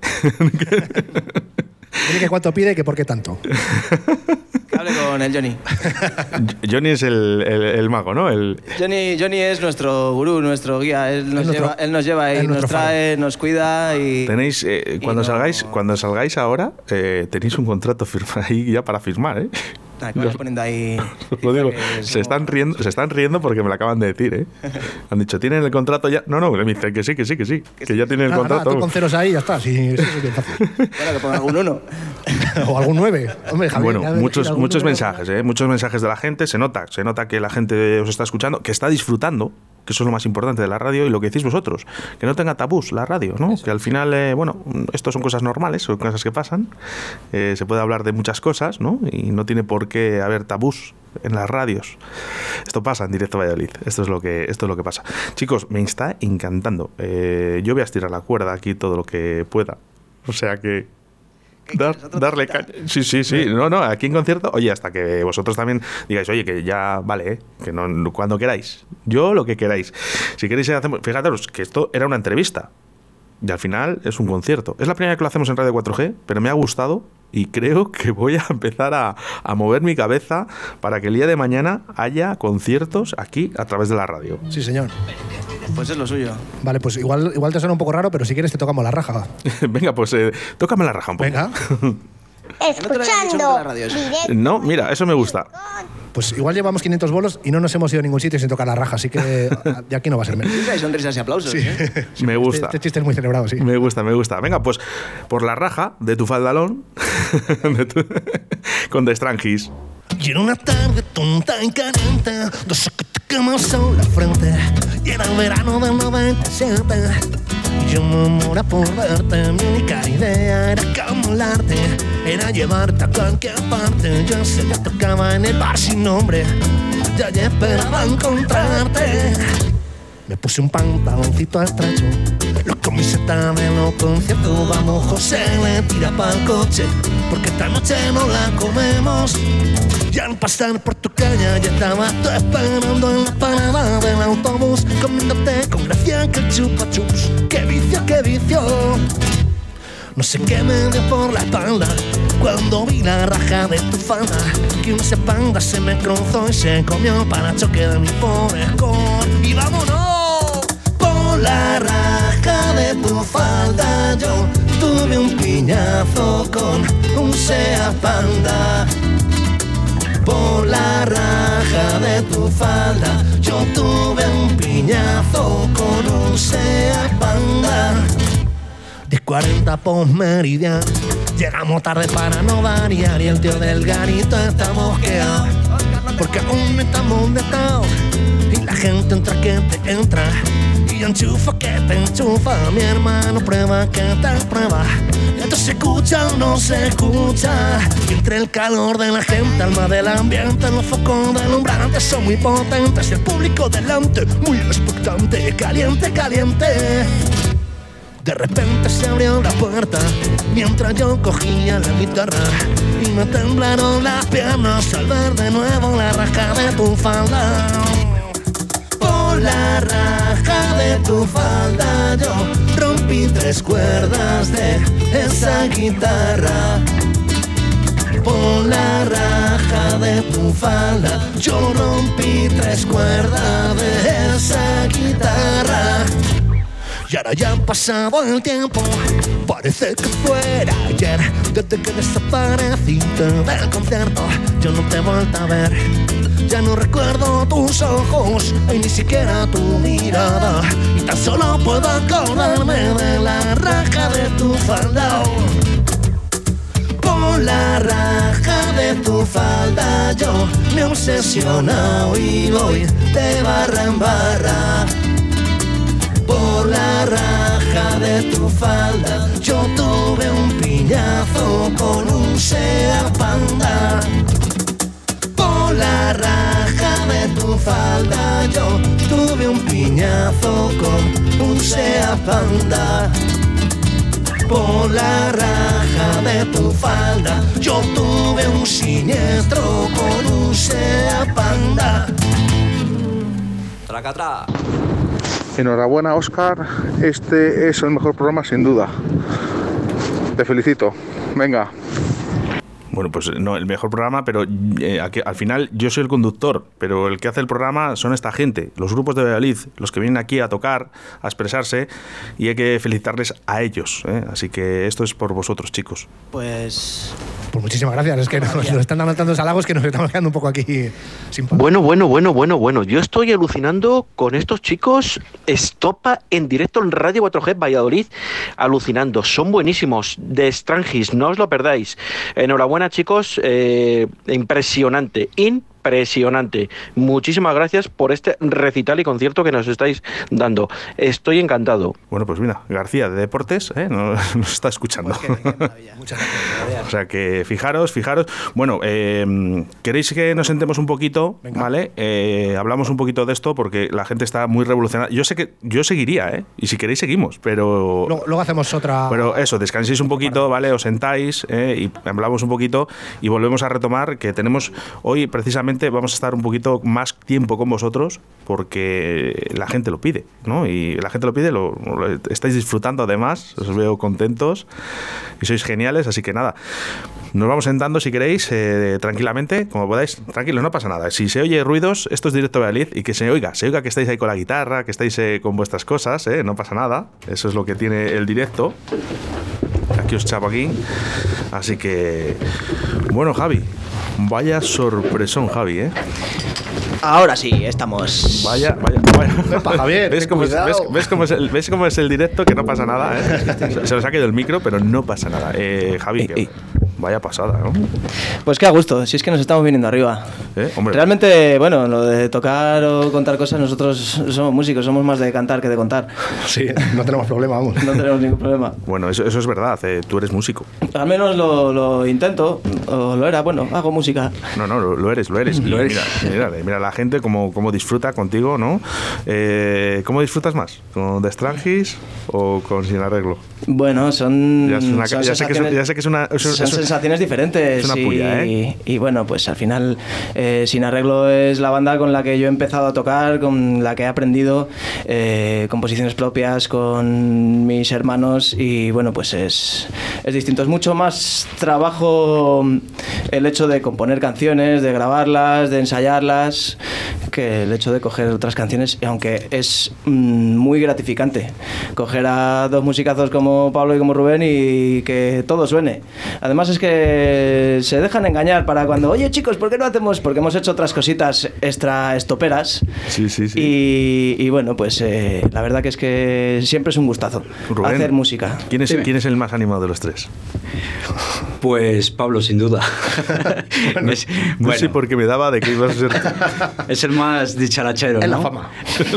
Dile que cuánto pide y que por qué tanto. Que hable con el Johnny. Johnny es el mago, ¿no? Johnny es nuestro gurú, nuestro guía. Él nos lleva y nos trae, nos cuida y... Tenéis, cuando salgáis ahora, tenéis un contrato ahí ya para firmar, ¿eh? Que vayas poniendo ahí. Lo digo, se están riendo porque me lo acaban de decir, ¿eh? Han dicho, ¿tienen el contrato ya? No, me dicen que sí, que ya tienen el contrato. Tú con ceros ahí ya está, sí, eso es bien fácil. Bueno, que ponga algún 1. O algún 9. Hombre, Javier, bueno, muchos mensajes, muchos mensajes de la gente. Se nota que la gente os está escuchando, que está disfrutando, que eso es lo más importante de la radio, y lo que decís vosotros, que no tenga tabús la radio, ¿no? Eso. Que al final, esto son cosas normales, son cosas que pasan, se puede hablar de muchas cosas, ¿no? Y no tiene por qué haber tabús en las radios. Esto pasa en Directo Valladolid, esto es lo que pasa. Chicos, me está encantando. Yo voy a estirar la cuerda aquí todo lo que pueda. O sea que... darle caña. Sí. No, aquí en concierto, oye, hasta que vosotros también digáis, oye, que ya vale, que no, cuando queráis. Yo lo que queráis. Si queréis hacemos, fíjate que esto era una entrevista. Y al final es un concierto. Es la primera vez que lo hacemos en Radio 4G, pero me ha gustado y creo que voy a empezar a mover mi cabeza para que el día de mañana haya conciertos aquí a través de la radio. Sí, señor. Pues es lo suyo. Vale, pues igual te suena un poco raro, pero si quieres te tocamos la raja. Venga, pues tócame la raja un poco. Venga. Escuchando. No, mira, eso me gusta. Pues igual llevamos 500 bolos y no nos hemos ido a ningún sitio sin tocar la raja, así que de aquí no va a ser menos. Hay sonrisas y aplausos. Sí. Me gusta. Este chiste es muy celebrado, sí. Me gusta. Venga, pues por la raja de tu faldalón con The Strangis. Y era una tarde tonta y caliente, dos que te quemó sol la frente. Y era el verano del 97. Y yo me moría por verte. Mi única idea era camularte, era llevarte a cualquier parte. Yo sé que tocaba en el bar sin nombre, ya esperaba encontrarte. Me puse un pantaloncito estrecho, los camisetas de los conciertos. Vamos, José, le tira pa'l coche, porque esta noche no la comemos. Y al pasar por tu calle ya estabas tú esperando en la parada del autobús, comiéndote con gracia que chupa chups. ¡Qué vicio, qué vicio! No sé qué me dio por la espalda cuando vi la raja de tu falda. Que un panda se me cruzó y se comió para choque de mi pobre Escort. Y vámonos. Por la raja de tu falda yo tuve un piñazo con un Seat Panda. Por la raja de tu falda yo tuve un piñazo con un Seat Panda. 10:40 post meridiano, llegamos tarde para no variar y el tío del garito está mosqueado, porque aún no estamos destados y la gente entra que te entra y yo enchufo que te enchufa. Mi hermano prueba que te prueba, esto se escucha o no se escucha. Y entre el calor de la gente, alma del ambiente, los focos deslumbrantes son muy potentes y el público delante muy expectante, caliente, caliente. De repente se abrió la puerta mientras yo cogía la guitarra y me temblaron las piernas al ver de nuevo la raja de tu falda. Por la raja de tu falda yo rompí 3 cuerdas de esa guitarra. Por la raja de tu falda yo rompí 3 cuerdas de esa guitarra. Y ahora ya ha pasado el tiempo, parece que fuera ayer, desde que desapareciste del concierto. Yo no te he vuelto a ver, ya no recuerdo tus ojos, y ni siquiera tu mirada. Y tan solo puedo acordarme de la raja de tu falda. Por la raja de tu falda yo me he obsesionado y voy de barra en barra. Por la raja de tu falda yo tuve un piñazo con un Seat Panda. Por la raja de tu falda yo tuve un piñazo con un Seat Panda. Por la raja de tu falda yo tuve un siniestro con un Seat Panda. Tracatra. Enhorabuena, Óscar, este es el mejor programa sin duda. Te felicito. Venga. Bueno, pues no, el mejor programa, pero al final yo soy el conductor, pero el que hace el programa son esta gente, los grupos de Valladolid, los que vienen aquí a tocar, a expresarse, y hay que felicitarles a ellos, ¿eh? Así que esto es por vosotros, chicos. Pues muchísimas gracias, es que nos están dando tantos halagos que nos estamos quedando un poco aquí sin pan. Bueno, yo estoy alucinando con estos chicos. Estopa en directo en Radio 4G Valladolid, alucinando, son buenísimos. The Strangis, no os lo perdáis. Enhorabuena, chicos, impresionante. impresionante. Muchísimas gracias por este recital y concierto que nos estáis dando. Estoy encantado. Bueno, pues mira, García de Deportes nos está escuchando. Pues qué maravilla. Muchas gracias. O sea que fijaros. Bueno, ¿queréis que nos sentemos un poquito? Venga. ¿Vale? Hablamos un poquito de esto porque la gente está muy revolucionada. Yo sé que yo seguiría, y si queréis seguimos, pero... Luego hacemos otra... Pero eso, descanséis un poquito, ¿vale? Os sentáis y hablamos un poquito y volvemos a retomar que tenemos... Hoy precisamente vamos a estar un poquito más tiempo con vosotros porque la gente lo pide, ¿no? Y la gente lo pide, lo estáis disfrutando además, os veo contentos y sois geniales, así que nada, nos vamos sentando si queréis, tranquilamente, como podáis, tranquilos, no pasa nada. Si se oye ruidos, esto es Directo Valladolid y que se oiga que estáis ahí con la guitarra, que estáis con vuestras cosas, no pasa nada, eso es lo que tiene el directo. Aquí os chapo aquí, así que bueno, Javi, vaya sorpresón, Javi, Ahora sí, estamos. Vaya. Javier, ¿Ves cómo es el directo? Que no pasa nada, Se nos ha caído el micro, pero no pasa nada. Javi, vaya pasada, ¿no? Pues qué a gusto, si es que nos estamos viniendo arriba. Hombre. Realmente, bueno, lo de tocar o contar cosas, nosotros somos músicos, somos más de cantar que de contar. Sí, no tenemos problema, vamos. No tenemos ningún problema. Bueno, eso es verdad, tú eres músico. Al menos lo intento, o lo era, bueno, hago música. No, lo eres. Mira la gente cómo disfruta contigo, ¿no? ¿Cómo disfrutas más? ¿Con The Strangis o con Sin Arreglo? Bueno, son sensaciones diferentes. Es una puya, y bueno, pues al final Sin Arreglo es la banda con la que yo he empezado a tocar, con la que he aprendido composiciones propias con mis hermanos y bueno, pues es distinto. Es mucho más trabajo el hecho de componer canciones, de grabarlas, de ensayarlas, que el hecho de coger otras canciones, aunque es muy gratificante coger a dos musicazos como Pablo y como Rubén y que todo suene. Además es que se dejan engañar para cuando, oye chicos, ¿por qué no hacemos? Porque hemos hecho otras cositas extra estoperas. Sí. Y bueno, pues la verdad que es que siempre es un gustazo Rubén, hacer música. ¿Quién es el más animado de los tres? Pues Pablo, sin duda. No sé por qué me daba de que ibas a ser... Es el más dicharachero, ¿no? Es la fama.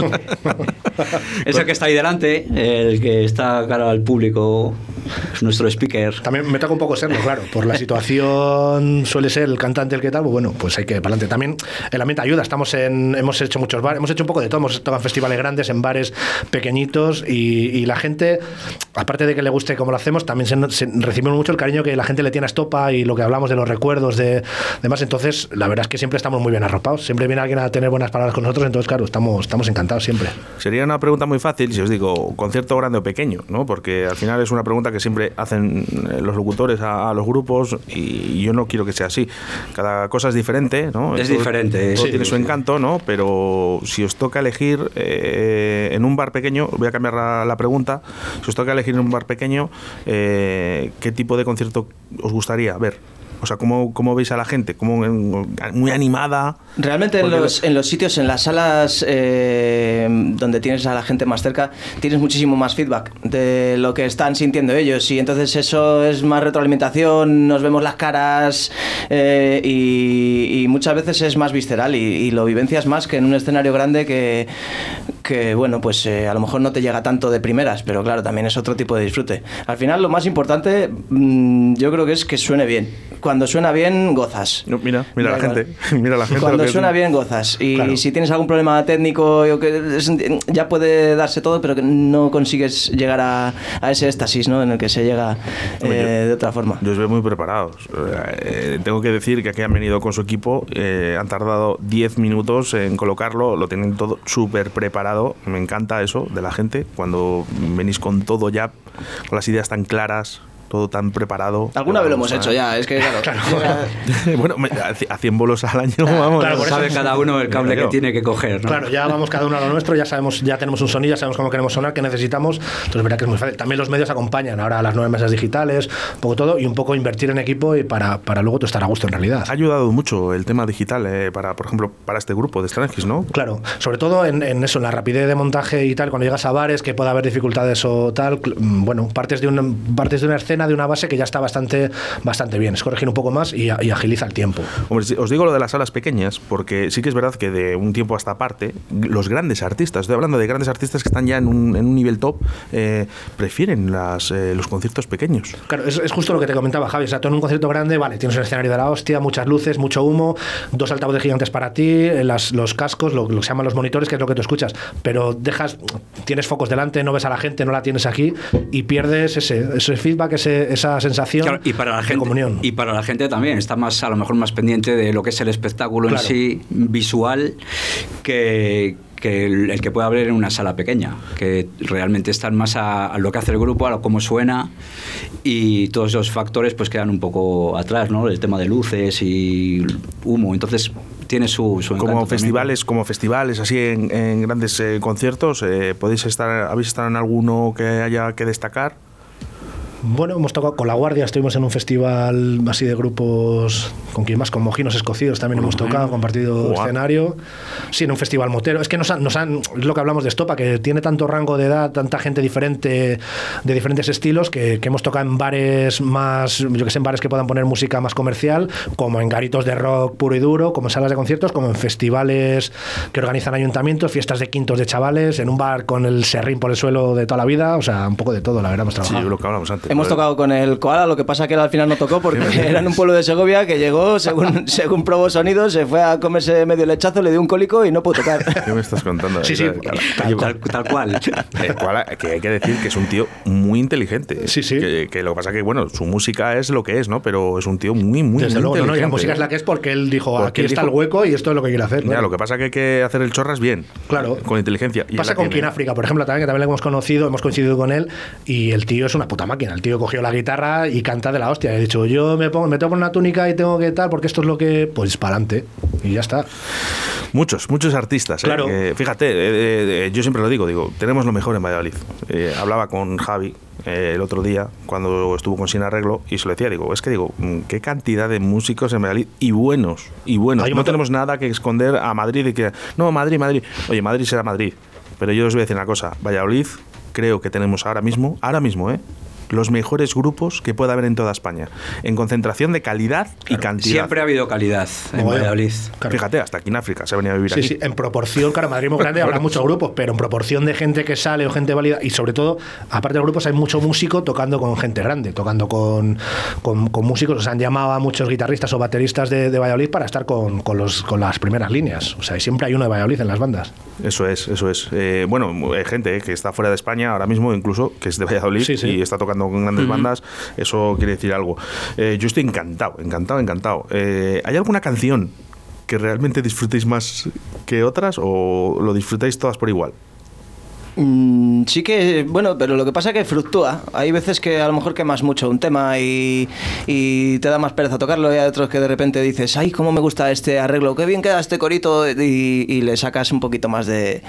Es el que está ahí delante, el que está cara al público, es nuestro speaker. También me toca un poco serlo, claro. Por la situación suele ser el cantante el que tal, pues bueno, pues hay que para adelante. También el ambiente ayuda. Hemos hecho muchos bares, hemos hecho un poco de todo. Hemos tocado en festivales grandes, en bares pequeñitos y la gente, aparte de que le guste como lo hacemos, también recibimos mucho el cariño que la gente le tiene a Estopa y lo que hablamos de los recuerdos de demás. Entonces, la verdad es que siempre estamos muy bien arropados. Siempre viene alguien a tener buenas palabras con nosotros, entonces claro, estamos encantados siempre. Sería una pregunta muy fácil si os digo concierto grande o pequeño, ¿no? Porque al final es una pregunta que siempre hacen los locutores a los grupos y yo no quiero que sea así. Cada cosa es diferente, ¿no? Es diferente. Todo tiene su encanto, ¿no? Pero si os toca elegir en un bar pequeño, voy a cambiar la pregunta, si os toca elegir en un bar pequeño, ¿qué tipo de concierto os gustaría ver? O sea, ¿cómo veis a la gente? ¿Muy animada? Realmente en los sitios, en las salas donde tienes a la gente más cerca, tienes muchísimo más feedback de lo que están sintiendo ellos y entonces eso es más retroalimentación, nos vemos las caras y muchas veces es más visceral y lo vivencias más que en un escenario grande que bueno, pues a lo mejor no te llega tanto de primeras, pero claro, también es otro tipo de disfrute. Al final lo más importante yo creo que es que suene bien. Cuando suena bien, gozas. No, mira la gente. Mira la gente. Cuando suena bien, gozas. Y claro, si tienes algún problema técnico, ya puede darse todo, pero que no consigues llegar a ese éxtasis, ¿no? En el que se llega de otra forma. Yo os veo muy preparados. Tengo que decir que aquí han venido con su equipo, han tardado 10 minutos en colocarlo, lo tienen todo súper preparado. Me encanta eso de la gente, cuando venís con todo ya, con las ideas tan claras, todo tan preparado. Alguna vez lo hemos hecho ya, es que claro. Bueno, a 100 bolos al año, vamos. Claro, sabe cada uno el cable que tiene que coger, ¿no? Claro, ya vamos cada uno a lo nuestro, ya sabemos, ya tenemos un sonido, ya sabemos cómo queremos sonar, qué necesitamos, entonces verá que es muy fácil. También los medios acompañan ahora a las nuevas mesas digitales, un poco todo, y un poco invertir en equipo y para luego tú estar a gusto en realidad. Ha ayudado mucho el tema digital, por ejemplo, para este grupo de Strangis, ¿no? Claro, sobre todo en eso, en la rapidez de montaje y tal, cuando llegas a bares, que pueda haber dificultades o tal, bueno, partes de una escena llena de una base que ya está bastante bien. Es corregir un poco más y agiliza el tiempo. Hombre, os digo lo de las salas pequeñas, porque sí que es verdad que de un tiempo a esta parte, los grandes artistas, estoy hablando de grandes artistas que están ya en un nivel top, prefieren los conciertos pequeños. Claro, es justo lo que te comentaba, Javi. O sea, tú en un concierto grande, vale, tienes un escenario de la hostia, muchas luces, mucho humo, 2 altavoces gigantes para ti, los cascos, lo que se llaman los monitores, que es lo que tú escuchas, pero tienes focos delante, no ves a la gente, no la tienes aquí y pierdes ese feedback, esa sensación, claro, y para la gente, comunión. Y para la gente también está a lo mejor más pendiente de lo que es el espectáculo, claro, en sí, visual, que el que pueda haber en una sala pequeña, que realmente están más a lo que hace el grupo, a cómo suena, y todos esos factores pues quedan un poco atrás, ¿no? El tema de luces y humo, entonces tiene su encanto como festivales así en grandes conciertos, ¿habéis estado en alguno que haya que destacar? Bueno, hemos tocado con La Guardia, estuvimos en un festival así de grupos, con quien más, con Mojinos Escocidos también hemos tocado, compartido escenario. Sí, en un festival motero. Es que es lo que hablamos de Estopa, que tiene tanto rango de edad, tanta gente diferente, de diferentes estilos, que hemos tocado en bares más, yo que sé, en bares que puedan poner música más comercial, como en garitos de rock puro y duro, como en salas de conciertos, como en festivales que organizan ayuntamientos, fiestas de quintos de chavales, en un bar con el serrín por el suelo de toda la vida, o sea, un poco de todo, la verdad, hemos trabajado. Sí, lo que hablamos antes. Hemos tocado con el Koala, lo que pasa que él al final no tocó porque era en un pueblo de Segovia que llegó, según probó sonido, se fue a comerse medio lechazo, le dio un cólico y no pudo tocar. ¿Qué me estás contando? Sí, tal cual. El Koala, que hay que decir que es un tío muy inteligente. Sí. Que lo que pasa que, bueno, su música es lo que es, ¿no? Pero es un tío muy Desde luego, inteligente. y la música es la que es porque él dijo, aquí está el hueco y esto es lo que quiere hacer. Ya, lo que pasa que hay que hacer el chorras bien. Claro. Con inteligencia. Y pasa con King África, por ejemplo, también, que también lo hemos conocido, hemos coincidido con él, y el tío es una puta máquina. El tío cogió la guitarra y canta de la hostia. He dicho, yo me tengo una túnica y tengo que tal, porque esto es lo que... Pues para adelante. Y ya está. Muchos artistas. Claro. Fíjate, yo siempre lo digo, tenemos lo mejor en Valladolid. Hablaba con Javi el otro día, cuando estuvo con Sin Arreglo, y se lo decía, qué cantidad de músicos en Valladolid y buenos. No tenemos nada que esconder a Madrid y que... No, Madrid. Oye, Madrid será Madrid. Pero yo os voy a decir una cosa. Valladolid, creo que tenemos ahora mismo, los mejores grupos que pueda haber en toda España, en concentración de calidad y cantidad. Siempre ha habido calidad en Valladolid. Claro. Fíjate, hasta aquí en África se ha venido a vivir aquí. Sí, en proporción, claro, Madrid es muy grande, habrá muchos grupos, pero en proporción de gente que sale o gente válida, y sobre todo, aparte de grupos, hay mucho músico tocando con gente grande, tocando con músicos. Os han llamado a muchos guitarristas o bateristas de Valladolid para estar con las primeras líneas. O sea, siempre hay uno de Valladolid en las bandas. Eso es. Bueno, hay gente que está fuera de España ahora mismo, incluso, que es de Valladolid y está tocando con grandes bandas. Eso quiere decir algo. Yo estoy encantado. ¿Hay alguna canción que realmente disfrutéis más que otras o lo disfrutáis todas por igual? Sí que, bueno, pero lo que pasa es que fluctúa. Hay veces que a lo mejor quemas mucho un tema y te da más pereza tocarlo, y hay otros que de repente dices, ay, cómo me gusta este arreglo, qué bien queda este corito, y le sacas un poquito más de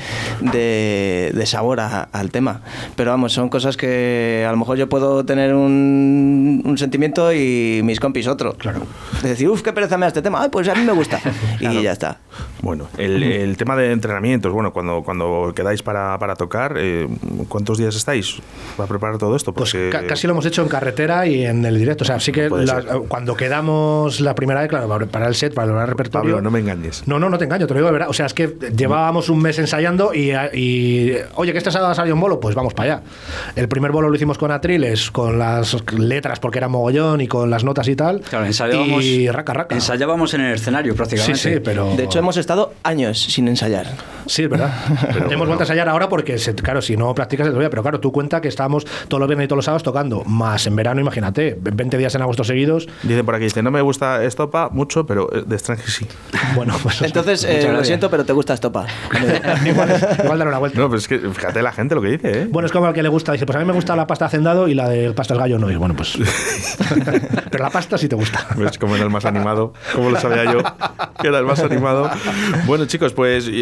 sabor al tema. Pero vamos, son cosas que a lo mejor yo puedo tener un sentimiento y mis compis otro. Claro. Es decir, qué pereza me da este tema, ay, pues a mí me gusta. Claro. Y ya está. Bueno, el tema de entrenamientos, bueno, cuando quedáis para tocar, ¿cuántos días estáis para preparar todo esto? Porque... Pues casi lo hemos hecho en carretera y en el directo. O sea, sí que cuando quedamos la primera vez, claro, para el set, para el repertorio... Pablo, no me engañes. No te engaño, te lo digo de verdad. O sea, es que llevábamos un mes ensayando y oye, que este sábado ha salido un bolo, pues vamos para allá. El primer bolo lo hicimos con atriles, con las letras, porque era mogollón, y con las notas y tal. Claro, ensayábamos, y raca. Ensayábamos en el escenario prácticamente. Sí, pero... De hecho, hemos estado años sin ensayar. Sí, es verdad. Hemos vuelto a ensayar ahora porque, claro, si no practicas el día, pero claro, tú cuenta que estábamos todos los viernes y todos los sábados tocando, más en verano, imagínate, 20 días en agosto seguidos. Dicen por aquí, no me gusta Estopa mucho, pero de Strange sí. Bueno, pues entonces, lo siento, pero te gusta Estopa. igual dar una vuelta. No, pero es que fíjate la gente lo que dice, ¿eh? Bueno, es como al que le gusta, dice, pues a mí me gusta la pasta hacendado y la del pastas gallo no. Y bueno, pues... pero la pasta sí te gusta. Es como era el más animado, como lo sabía yo, que era el más animado. Bueno, chicos, pues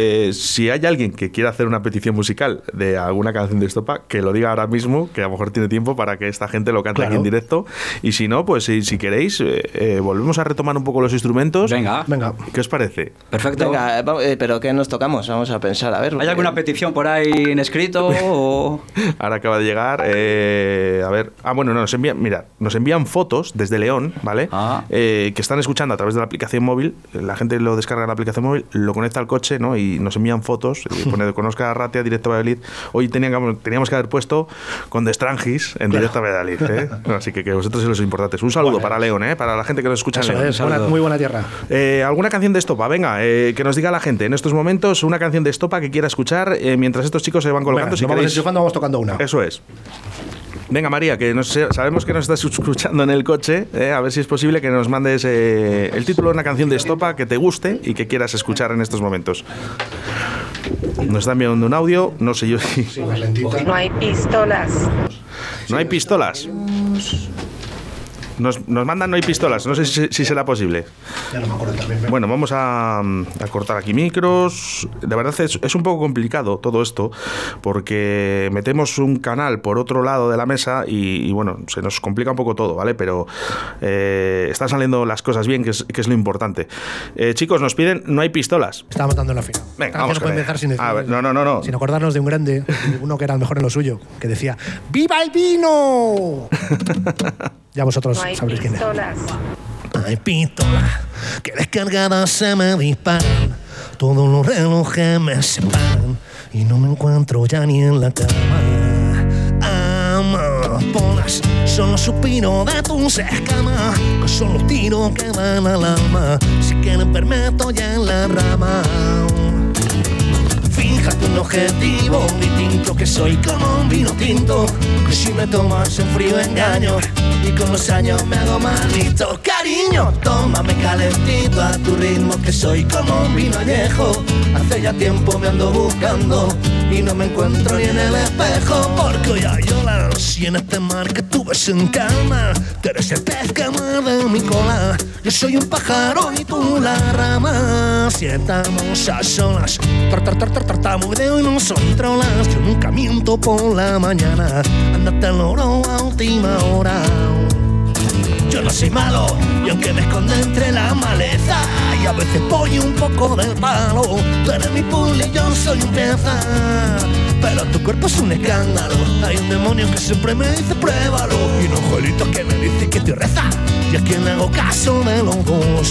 si hay alguien que quiera hacer una petición musical de alguna canción de Estopa, que lo diga ahora mismo, que a lo mejor tiene tiempo para que esta gente lo cante aquí en directo. Y si no, pues si queréis, volvemos a retomar un poco los instrumentos. Venga. ¿Qué os parece? Perfecto. Venga, pero ¿qué nos tocamos? Vamos a pensar, a ver. ¿Hay alguna petición por ahí en escrito? O... Ahora acaba de llegar. A ver. Bueno, no, nos envían fotos desde León, ¿vale? Que están escuchando a través de la aplicación móvil. La gente lo descarga en la aplicación móvil, lo conecta al coche, ¿no? Y nos envían fotos. Pone con Óscar Arratia, directo a Valladolid. Hoy teníamos que haber puesto con The Strangis en directo a Valladolid, ¿eh? Así que vosotros sois los importantes. Un saludo para León, para la gente que nos escucha en León. Es muy buena tierra. ¿Alguna canción de Estopa? Venga, que nos diga la gente en estos momentos una canción de Estopa que quiera escuchar mientras estos chicos se van colocando. Venga, vamos tocando una. Eso es. Venga, María, que sabemos que nos estás escuchando en el coche, a ver si es posible que nos mandes el título de una canción de Estopa que te guste y que quieras escuchar en estos momentos. Nos está enviando un audio, no sé yo si... No hay pistolas. No hay pistolas. Nos mandan no hay pistolas, no sé si será posible. Ya no me acuerdo también. Bueno, vamos a cortar aquí micros. De verdad es un poco complicado todo esto, porque metemos un canal por otro lado de la mesa y bueno, se nos complica un poco todo, ¿vale? Pero están saliendo las cosas bien, que es lo importante. Chicos, nos piden no hay pistolas. Estamos dando en la final. Venga, vamos a empezar sin decir, no. Sin acordarnos de un grande, uno que era el mejor en lo suyo, que decía ¡Viva el vino! Ya vosotros sabréis quién es. No hay pistolas que descargadas se me disparan. Todos los relojes me separan y no me encuentro ya ni en la cama. Amapolas, solo suspiro de tus escamas, que son los tiros que van al alma. Si quieren verme estoy en la rama. Fíjate un objetivo distinto, que soy como un vino tinto, que si me tomas en frío engaño y con los años me hago malito. Cariño, tómame calentito a tu ritmo, que soy como un vino añejo. Hace ya tiempo me ando buscando y no me encuentro ni en el espejo, porque hoy hay olas y en este mar que tú ves en calma, tú eres el pez que muerde mi cola. Yo soy un pájaro y tú la rama. Si estamos a solas, tartamudeo y no son trolas. Yo nunca miento por la mañana, ándate al loro a última hora. Yo no soy malo y aunque me esconde entre la maleza y a veces voy un poco del palo, tú eres mi puzzle y yo soy un pieza, pero tu cuerpo es un escándalo. Hay un demonio que siempre me dice pruébalo y un angelito que me dice que te reza, y a quien le hago caso de los dos.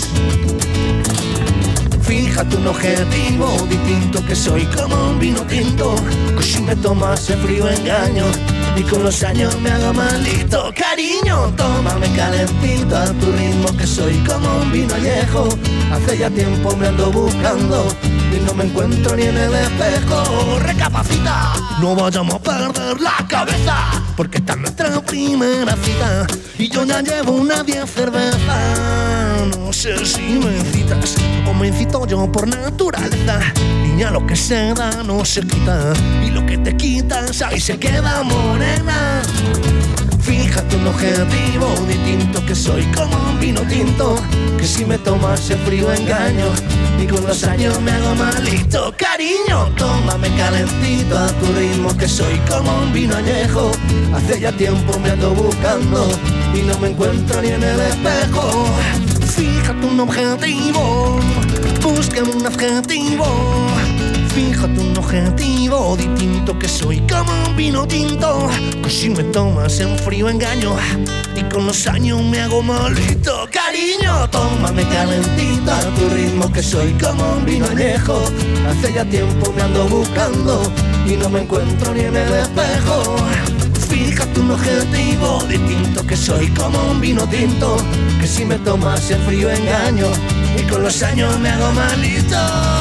Fíjate un objetivo distinto, que soy como un vino tinto, que si me tomas en frío engaño y con los años me hago malito. Cariño, tómame calentito a tu ritmo, que soy como un vino añejo. Hace ya tiempo me ando buscando y no me encuentro ni en el espejo. Recapacita, no vayamos a perder la cabeza, porque esta es nuestra primera cita y yo ya llevo una 10 cervezas. No sé si me incitas o me incito yo por naturaleza. Niña, lo que se da no se quita y lo que te quitas ahí se queda morena. Fíjate un objetivo distinto, que soy como un vino tinto, que si me tomas en frío engaño y con los años me hago malito. Cariño, tómame calentito a tu ritmo, que soy como un vino añejo. Hace ya tiempo me ando buscando y no me encuentro ni en el espejo. Fíjate un objetivo, búscame un objetivo. Fíjate un objetivo distinto, que soy como un vino tinto, que si me tomas en frío engaño y con los años me hago malito. Cariño, tómame calentito a tu ritmo, que soy como un vino añejo. Hace ya tiempo me ando buscando y no me encuentro ni en el espejo. Fíjate un objetivo distinto, que soy como un vino tinto, que si me tomas en frío engaño y con los años me hago malito.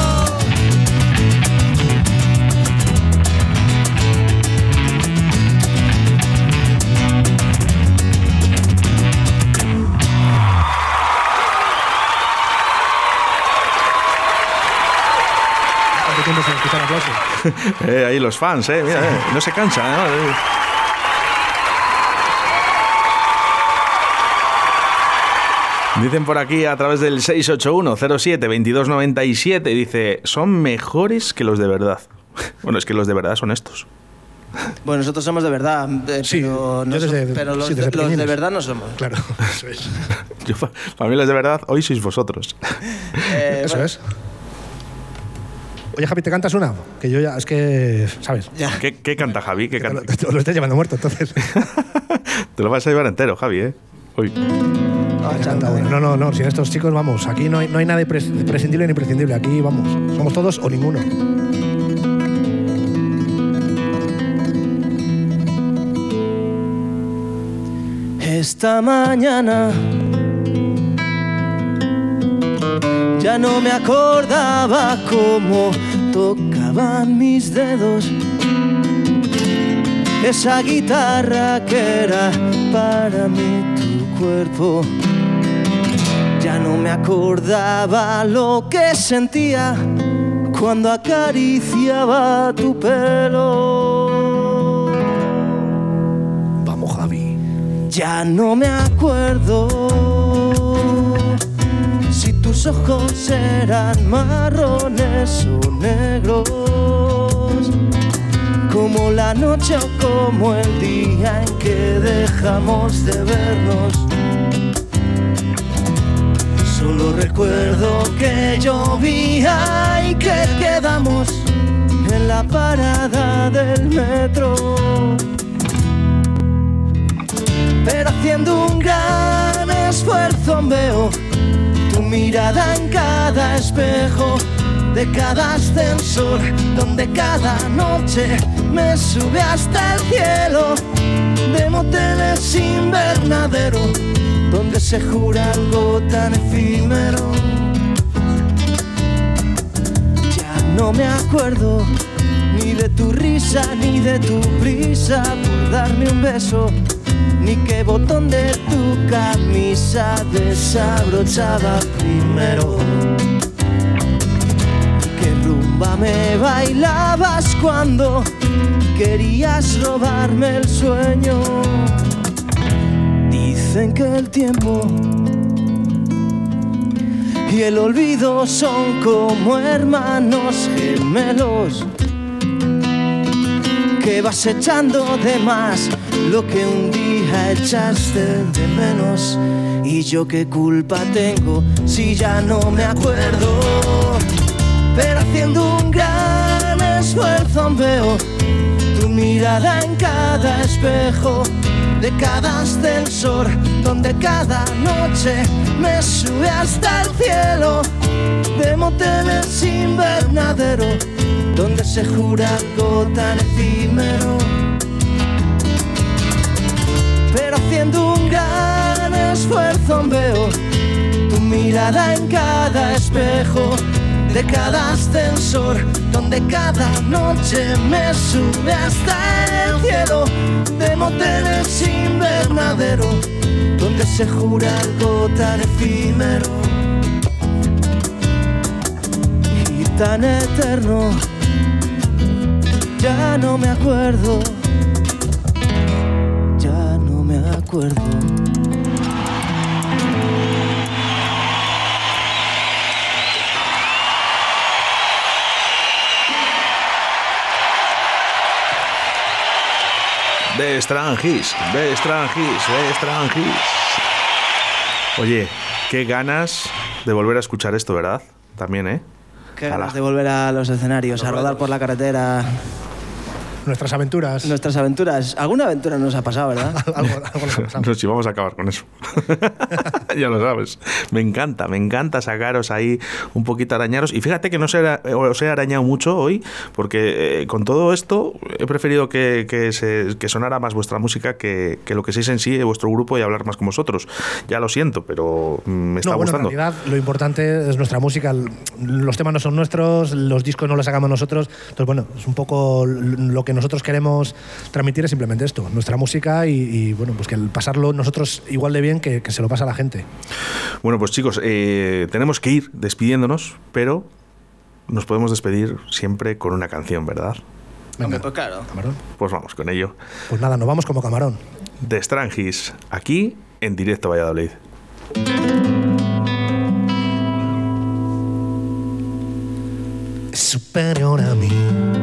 Ahí los fans, mira, no se cansan, ¿no? Dicen por aquí a través del 681-07-2297, dice, son mejores que los de verdad. Bueno, es que los de verdad son estos. Bueno, nosotros somos de verdad, sí, pero los de verdad no somos. Claro, eso es. Para mí los de verdad, hoy sois vosotros. Eso es. Oye, Javi, ¿te cantas una? Que yo ya, es que, ¿sabes? Ya. ¿Qué canta Javi? ¿Qué canta? Te lo estás llevando muerto, entonces. Te lo vas a llevar entero, Javi, ¿eh? Hoy. No, sin estos chicos, vamos, aquí no hay nada prescindible ni prescindible, aquí vamos, somos todos o ninguno. Esta mañana ya no me acordaba cómo tocaban mis dedos esa guitarra que era para mí tu cuerpo. Ya no me acordaba lo que sentía cuando acariciaba tu pelo. Vamos, Javi. Ya no me acuerdo si tus ojos eran marrones o negros, como la noche o como el día en que dejamos de vernos. Solo recuerdo que llovía y que quedamos en la parada del metro, pero haciendo un gran esfuerzo veo tu mirada en cada espejo de cada ascensor, donde cada noche me sube hasta el cielo, de moteles invernadero, donde se jura algo tan efímero. Ya no me acuerdo ni de tu risa ni de tu prisa por darme un beso, ni qué botón de tu camisa desabrochaba primero, ni qué rumba me bailabas cuando querías robarme el sueño. Dicen que el tiempo y el olvido son como hermanos gemelos, que vas echando de más lo que un día echaste de menos. Y yo qué culpa tengo si ya no me acuerdo, pero haciendo un gran esfuerzo veo tu mirada en cada espejo de cada ascensor, donde cada noche me sube hasta el cielo, de moteles invernadero, donde se jura algo tan efímero, pero haciendo un gran esfuerzo veo tu mirada en cada espejo de cada ascensor, donde cada noche me sube hasta el cielo, de moteles invernadero, donde se jura algo tan efímero y tan eterno. Ya no me acuerdo, ya no me acuerdo. De Strangis. Oye, qué ganas de volver a escuchar esto, ¿verdad? También, ¿eh? Qué ganas de volver a los escenarios, a rodar por la carretera. Nuestras aventuras. Nuestras aventuras. Alguna aventura nos ha pasado, ¿verdad? algo nos ha pasado. No, si vamos a acabar con eso. Ya lo sabes. Me encanta sacaros ahí un poquito, arañaros. Y fíjate que no os he arañado mucho hoy, porque con todo esto he preferido que sonara más vuestra música que lo que sois en sí, vuestro grupo, y hablar más con vosotros. Ya lo siento, pero me está gustando. En realidad, lo importante es nuestra música. Los temas no son nuestros, los discos no los sacamos nosotros. Entonces, bueno, es un poco lo que nosotros queremos transmitir, es simplemente esto, nuestra música, y bueno, pues que el pasarlo nosotros igual de bien que se lo pasa a la gente. Bueno, pues chicos, tenemos que ir despidiéndonos, pero nos podemos despedir siempre con una canción, ¿verdad? Venga, pues claro. Camarón. Pues vamos con ello. Pues nada, nos vamos como Camarón. De Strangis, aquí en Directo Valladolid. es superior a mí.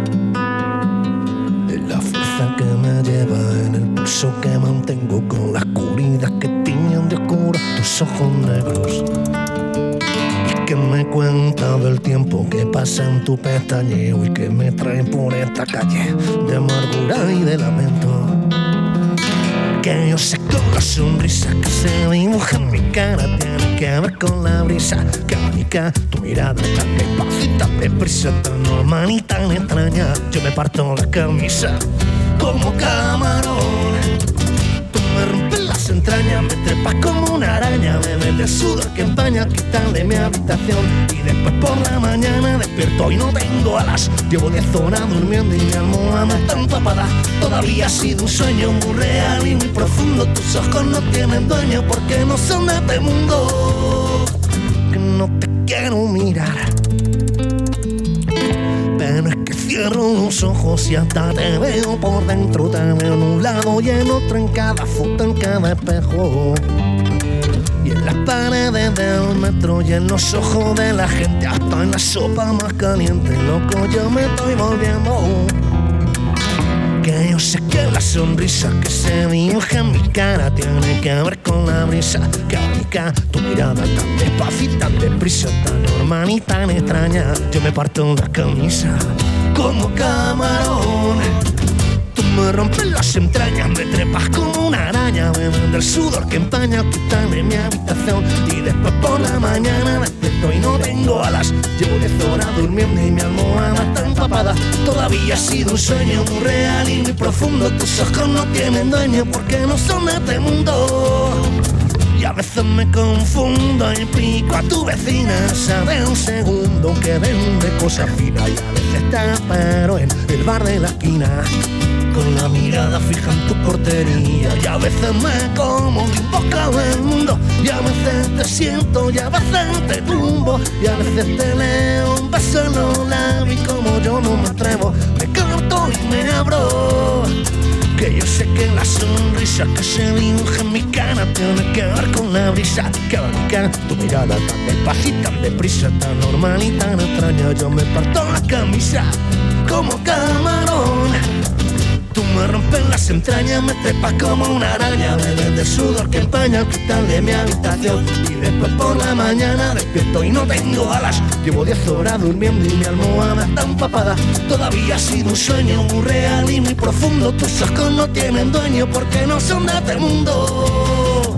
Es la fuerza que me lleva en el pulso que mantengo con la oscuridad que tiñen de oscuro tus ojos negros. Y que me cuenta del tiempo que pasa en tu pestañeo y que me trae por esta calle de amargura y de lamento. Que yo sé que la sonrisa que se dibuja en mi cara tiene que ver con la brisa que abarca tu mirada tan despacio y tan deprisa, tan normal y tan extraña. Yo me parto la camisa como camarón. Tú me rompes las entrañas, me trepas como una araña, bebes del sudor que empaña, quitan de mi habitación. Y después por la mañana despierto y no tengo alas. Llevo 10 horas durmiendo y mi almohada está empapada. Todavía ha sido un sueño muy real y muy profundo. Tus ojos no tienen dueño porque no son de este mundo. Que no te quiero mirar, pero es que cierro los ojos y hasta te veo por dentro. Te veo en un lado y en otro, en cada foto, en cada espejo. Y en las paredes del metro y en los ojos de la gente, hasta en la sopa más caliente, loco, yo me estoy volviendo. Que yo sé que la sonrisa que se dibuja en mi cara tiene que ver con la brisa que abarca tu mirada tan despacio y tan deprisa, tan normal y tan extraña. Yo me parto la camisa como camarón. Tú me rompes las entrañas, me trepas como una araña, beben del sudor que empaña, quitan de mi habitación. Y después por la mañana despierto y no tengo alas. Llevo 10 horas durmiendo y mi almohada está empapada. Todavía ha sido un sueño muy real y muy profundo. Tus ojos no tienen dueño porque no son de este mundo. Y a veces me confundo y pico a tu vecina, sabe un segundo que vende cosas finas. Y a veces te espero en el bar de la esquina con la mirada fija en tu portería. Y a veces me como un bocado del mundo, y a veces te siento y a veces te tumbo, y a veces te leo un beso en los labios y como yo no me atrevo, me corto y me abro. Que yo sé que la sonrisa que se dibuja en mi cara tiene que ver con la brisa que abarca tu mirada tan despacio y tan deprisa, tan normal y tan extraña. Yo me parto la camisa como camarón. Tú me rompes las entrañas, me trepas como una araña, bebes del sudor que empaña, quitan de mi habitación. Y después por la mañana despierto y no tengo alas. Llevo 10 horas durmiendo y mi almohada está empapada. Todavía ha sido un sueño muy real y muy profundo. Tus ojos no tienen dueño porque no son de este mundo.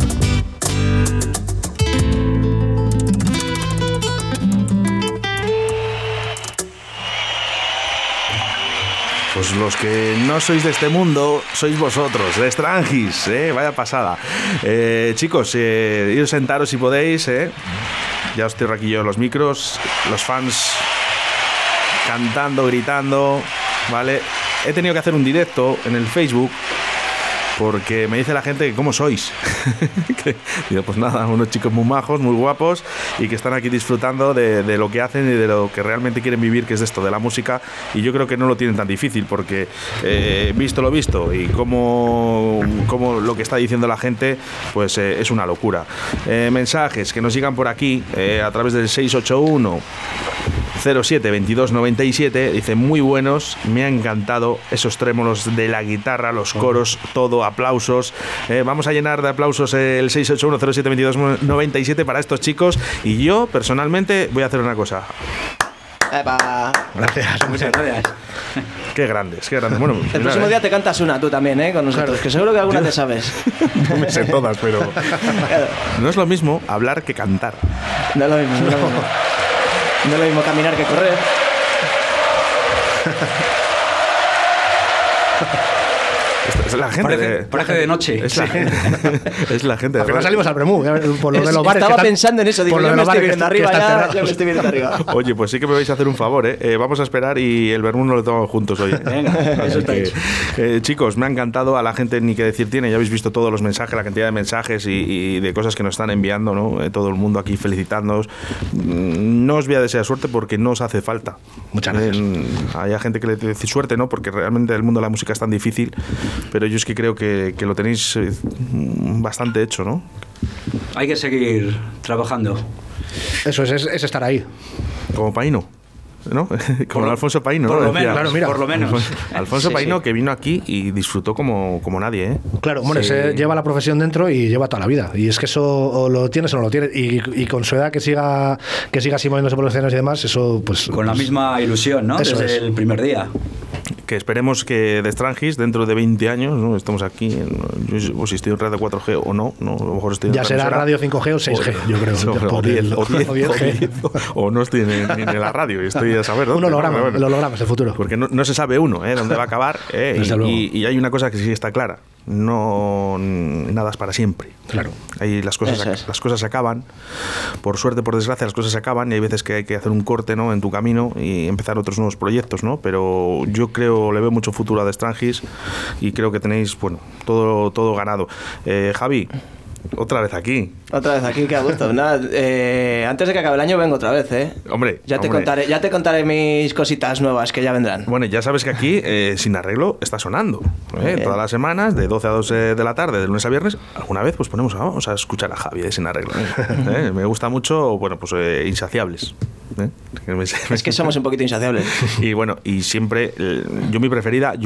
Pues los que no sois de este mundo sois vosotros, de Strangis, vaya pasada. Chicos, iros sentaros si podéis, ya os tiro aquí yo los micros, los fans cantando, gritando, ¿vale? He tenido que hacer un directo en el Facebook porque me dice la gente que cómo sois. Digo, pues nada, unos chicos muy majos, muy guapos y que están aquí disfrutando de lo que hacen y de lo que realmente quieren vivir, que es esto de la música. Y yo creo que no lo tienen tan difícil porque visto lo visto y como lo que está diciendo la gente, pues es una locura. Mensajes que nos llegan por aquí a través del 681 07 22 97, dice: muy buenos, me ha encantado esos trémolos de la guitarra, los coros, todo, aplausos. Vamos a llenar de aplausos el 681 07 22 97 para estos chicos. Y yo personalmente voy a hacer una cosa. Gracias, muchas gracias. Qué grandes, qué grandes. Bueno, el próximo día te cantas una tú también, con nosotros, claro, que seguro que alguna te sabes. No me sé todas, pero no es lo mismo hablar que cantar. No es lo mismo, no es lo mismo caminar que correr. Es la gente parece de noche. Es la gente. Es la gente. Al final salimos al Bremú, por lo de los bares. Estaba pensando en eso, digo, yo me estoy viendo arriba ya me estoy viendo arriba. Oye, pues sí que me vais a hacer un favor, Vamos a esperar y el Bremú no lo tomamos juntos hoy. Venga, eso que, chicos, me ha encantado. A la gente ni que decir tiene. Ya habéis visto todos los mensajes, la cantidad de mensajes y de cosas que nos están enviando, ¿no? Todo el mundo aquí felicitándonos. No os voy a desear suerte porque no os hace falta. Muchas gracias. Hay gente que le dice suerte, ¿no? Porque realmente el mundo de la música es tan difícil, pero yo es que creo que lo tenéis bastante hecho, ¿no? Hay que seguir trabajando. Eso es estar ahí. Como Paino. ¿no? Como Alfonso Paino, por ¿no? Lo menos, claro, mira. Por lo menos. Alfonso Paino, que vino aquí y disfrutó como nadie, ¿eh? Claro, bueno, se lleva la profesión dentro y lleva toda la vida. Y es que eso o lo tienes o no lo tienes. Y con su edad que siga así moviéndose por los escenarios y demás, eso pues... Con la misma ilusión, ¿no? Desde el primer día. Que esperemos que The Strangis dentro de 20 años, ¿no? Estamos aquí, o si estoy en radio 4G o no, a lo mejor estoy en ya será radio 5G o 6G, yo creo. O no estoy ni en la radio y estoy a saber dónde. Un holograma, es el futuro. Porque no se sabe uno, dónde va a acabar. Y hay una cosa que sí está clara. No, nada es para siempre. Claro. Ahí las cosas se acaban. Por suerte, por desgracia, las cosas se acaban y hay veces que hay que hacer un corte, ¿no? En tu camino y empezar otros nuevos proyectos, ¿no? Pero yo creo, le veo mucho futuro a The Strangis y creo que tenéis, bueno, todo ganado. Javi, otra vez aquí. Otra vez aquí, qué a gusto. Nada, antes de que acabe el año vengo otra vez, ¿eh? Hombre, ya te contaré mis cositas nuevas que ya vendrán. Bueno, ya sabes que aquí, Sin Arreglo, está sonando. Todas las semanas, de 12 a 2 de la tarde, de lunes a viernes, alguna vez pues vamos a escuchar a Javi de Sin Arreglo. Me gusta mucho, bueno, pues Insaciables. Es que somos un poquito insaciables. Y bueno, y siempre, mi preferida,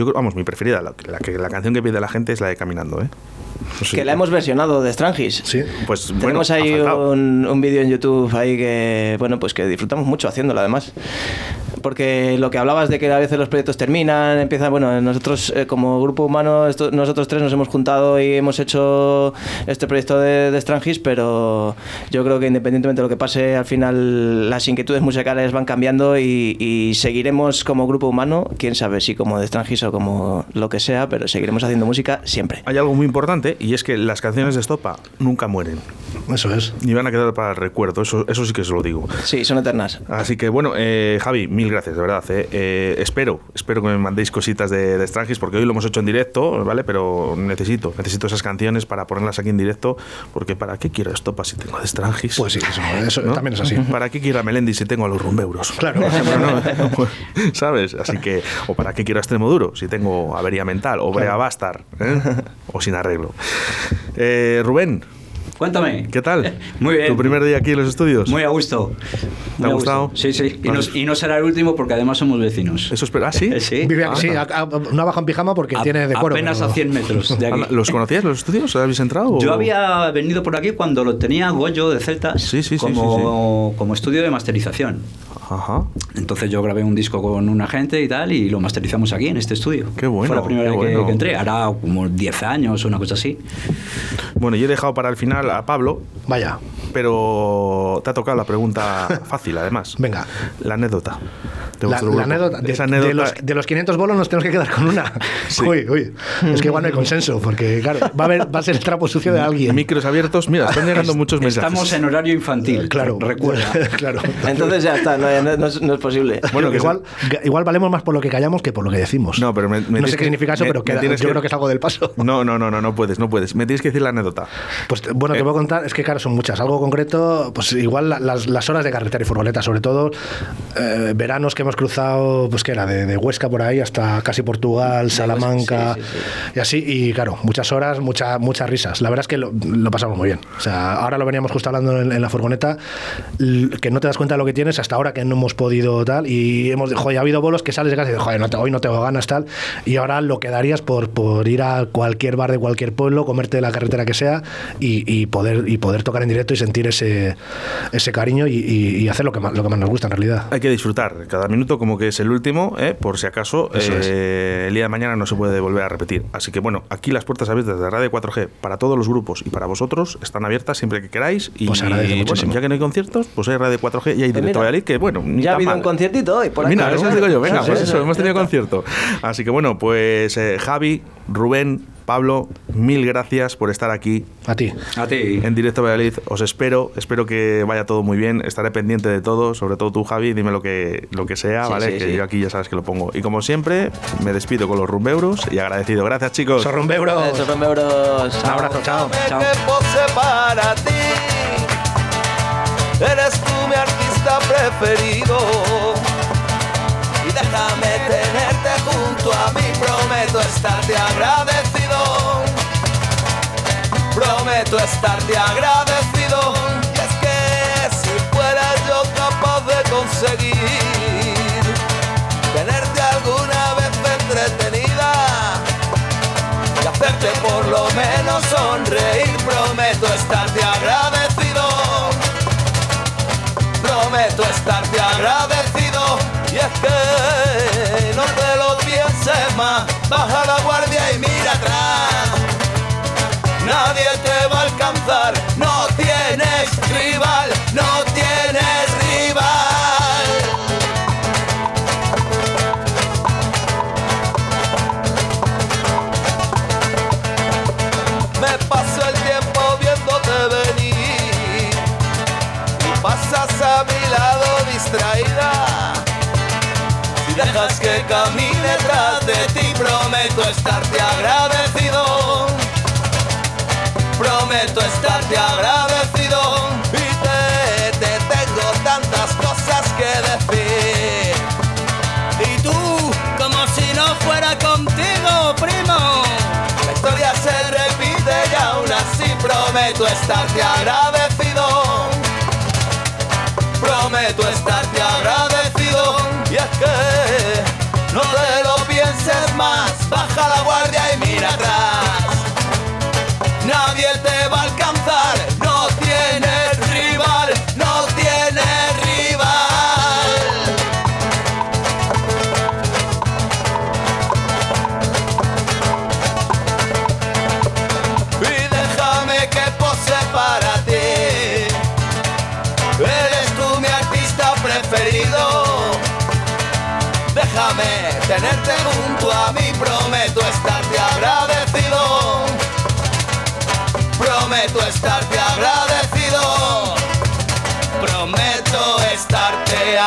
la canción que pide la gente es la de Caminando, ¿eh? Pues que la hemos versionado de Strangis. Sí. Pues tenemos ahí un vídeo en YouTube ahí que, bueno, pues que disfrutamos mucho haciéndolo además. Porque lo que hablabas de que a veces los proyectos terminan, empiezan, bueno, nosotros como grupo humano, nosotros tres nos hemos juntado y hemos hecho este proyecto de Strangis, pero yo creo que independientemente de lo que pase, al final las inquietudes musicales van cambiando y seguiremos como grupo humano, quién sabe si como de Strangis o como lo que sea, pero seguiremos haciendo música siempre. Hay algo muy importante y es que las canciones de Estopa nunca mueren. Eso es. Ni van a quedar para el recuerdo, eso sí que se lo digo. Sí, son eternas. Así que bueno, Javi, mil gracias, de verdad. Espero que me mandéis cositas de Strangis, porque hoy lo hemos hecho en directo, ¿vale? Pero necesito esas canciones para ponerlas aquí en directo, porque ¿para qué quiero Estopa si tengo de Strangis? Pues sí, eso ¿no? También es así. ¿Para qué quiero a Melendi si tengo a los rumbeuros? Claro. ¿Sabes? Así que, o ¿para qué quiero a Extremoduro si tengo Avería Mental o Brea Bastard, o Sin Arreglo? Rubén, cuéntame. ¿Qué tal? Muy bien. ¿Tu primer día aquí en los estudios? Muy a gusto. ¿Te ha gustado? Sí. Y no será el último porque además somos vecinos. ¿Eso espera? ¿Ah, sí? Sí. Vive aquí, sí. No ha bajado en pijama porque tiene decoro. Apenas a 100 metros de aquí. ¿Los conocías los estudios? ¿Habéis entrado? Yo había venido por aquí cuando lo tenía Goyo de Celtas como estudio de masterización. Ajá. Entonces yo grabé un disco con un agente y tal y lo masterizamos aquí en este estudio. Qué bueno. Fue la primera vez que entré. Hará como 10 años o una cosa así. Bueno, yo he dejado para el final a Pablo. Vaya. Pero te ha tocado la pregunta fácil, además. Venga. La anécdota. La anécdota. De los 500 bolos nos tenemos que quedar con una. Sí. Uy. Es que igual no hay consenso, porque claro, va a ser el trapo sucio de alguien. Micros abiertos. Mira, están llegando muchos mensajes. Estamos en horario infantil. Claro. Recuerda. Claro. Entonces ya está, no es posible. Bueno, que igual valemos más por lo que callamos que por lo que decimos. No, pero no sé qué significa eso, pero yo creo que es algo del paso. No puedes. Me tienes que decir la anécdota. Pues bueno, te voy a contar, es que claro, son muchas. Algo concreto, pues igual las horas de carretera y furgoneta, sobre todo veranos que hemos cruzado, pues que era de Huesca por ahí hasta casi Portugal, Salamanca, sí. Y así, y claro, muchas horas, muchas risas. La verdad es que lo pasamos muy bien. O sea, ahora lo veníamos justo hablando en la furgoneta, que no te das cuenta de lo que tienes hasta ahora que no hemos podido tal, y ha habido bolos que sales de casa y dices, hoy no tengo ganas tal, y ahora lo que darías por ir a cualquier bar de cualquier pueblo, comerte la carretera que sea y poder tocar en directo y sentir ese cariño y hacer lo que más nos gusta en realidad. Hay que disfrutar cada minuto como que es el último, por si acaso el día de mañana no se puede volver a repetir. Así que bueno, aquí las puertas abiertas de Radio 4G para todos los grupos y para vosotros están abiertas siempre que queráis, y pues agradezco muchísimo. Ya que no hay conciertos, pues hay Radio 4G y hay Directo Valladolid, que bueno, ya ha habido un conciertito hoy por aquí. Mira, eso os digo yo, venga, pues eso, hemos tenido concierto. Así que bueno, pues Javi, Rubén, Pablo, mil gracias por estar aquí. A ti. En Directo Valladolid. Os espero que vaya todo muy bien. Estaré pendiente de todo, sobre todo tú, Javi, dime lo que sea, sí, ¿vale? Sí. Yo aquí ya sabes que lo pongo. Y como siempre, me despido con los rumbeuros y agradecido. Gracias, chicos. ¡Sos rumbeuros! ¡Sos rumbeuros! Un abrazo, chao. Para ti. Eres tú mi artista preferido. Y déjame tenerte junto a mí. Prometo estarte agradecido. Prometo estarte agradecido. Y es que si fuera yo capaz de conseguir Prometo estarte agradecido. Prometo estarte agradecido. Y es que no te lo pienses más. Baja la guardia y mira atrás. Nadie te va a alcanzar. No tienes rival. No tienes rival. Me paso el tiempo viéndote venir y pasas a mi lado distraída. Si dejas que camine tras de ti, prometo estarte agradecido. Prometo estarte agradecido. Y te tengo tantas cosas que decir. Y tú, como si no fuera contigo, primo. La historia se repite y aún así prometo estarte agradecido. Prometo estarte agradecido. Y es que no te lo pienses más. Baja la guardia y mira atrás. Nadie te va a alcanzar. No tienes rival. No tienes rival. Y déjame que pose para ti. Eres tú mi artista preferido. Déjame tenerte junto a mí. Prometo estarte agradecido. Prometo estarte agradecido. Prometo estarte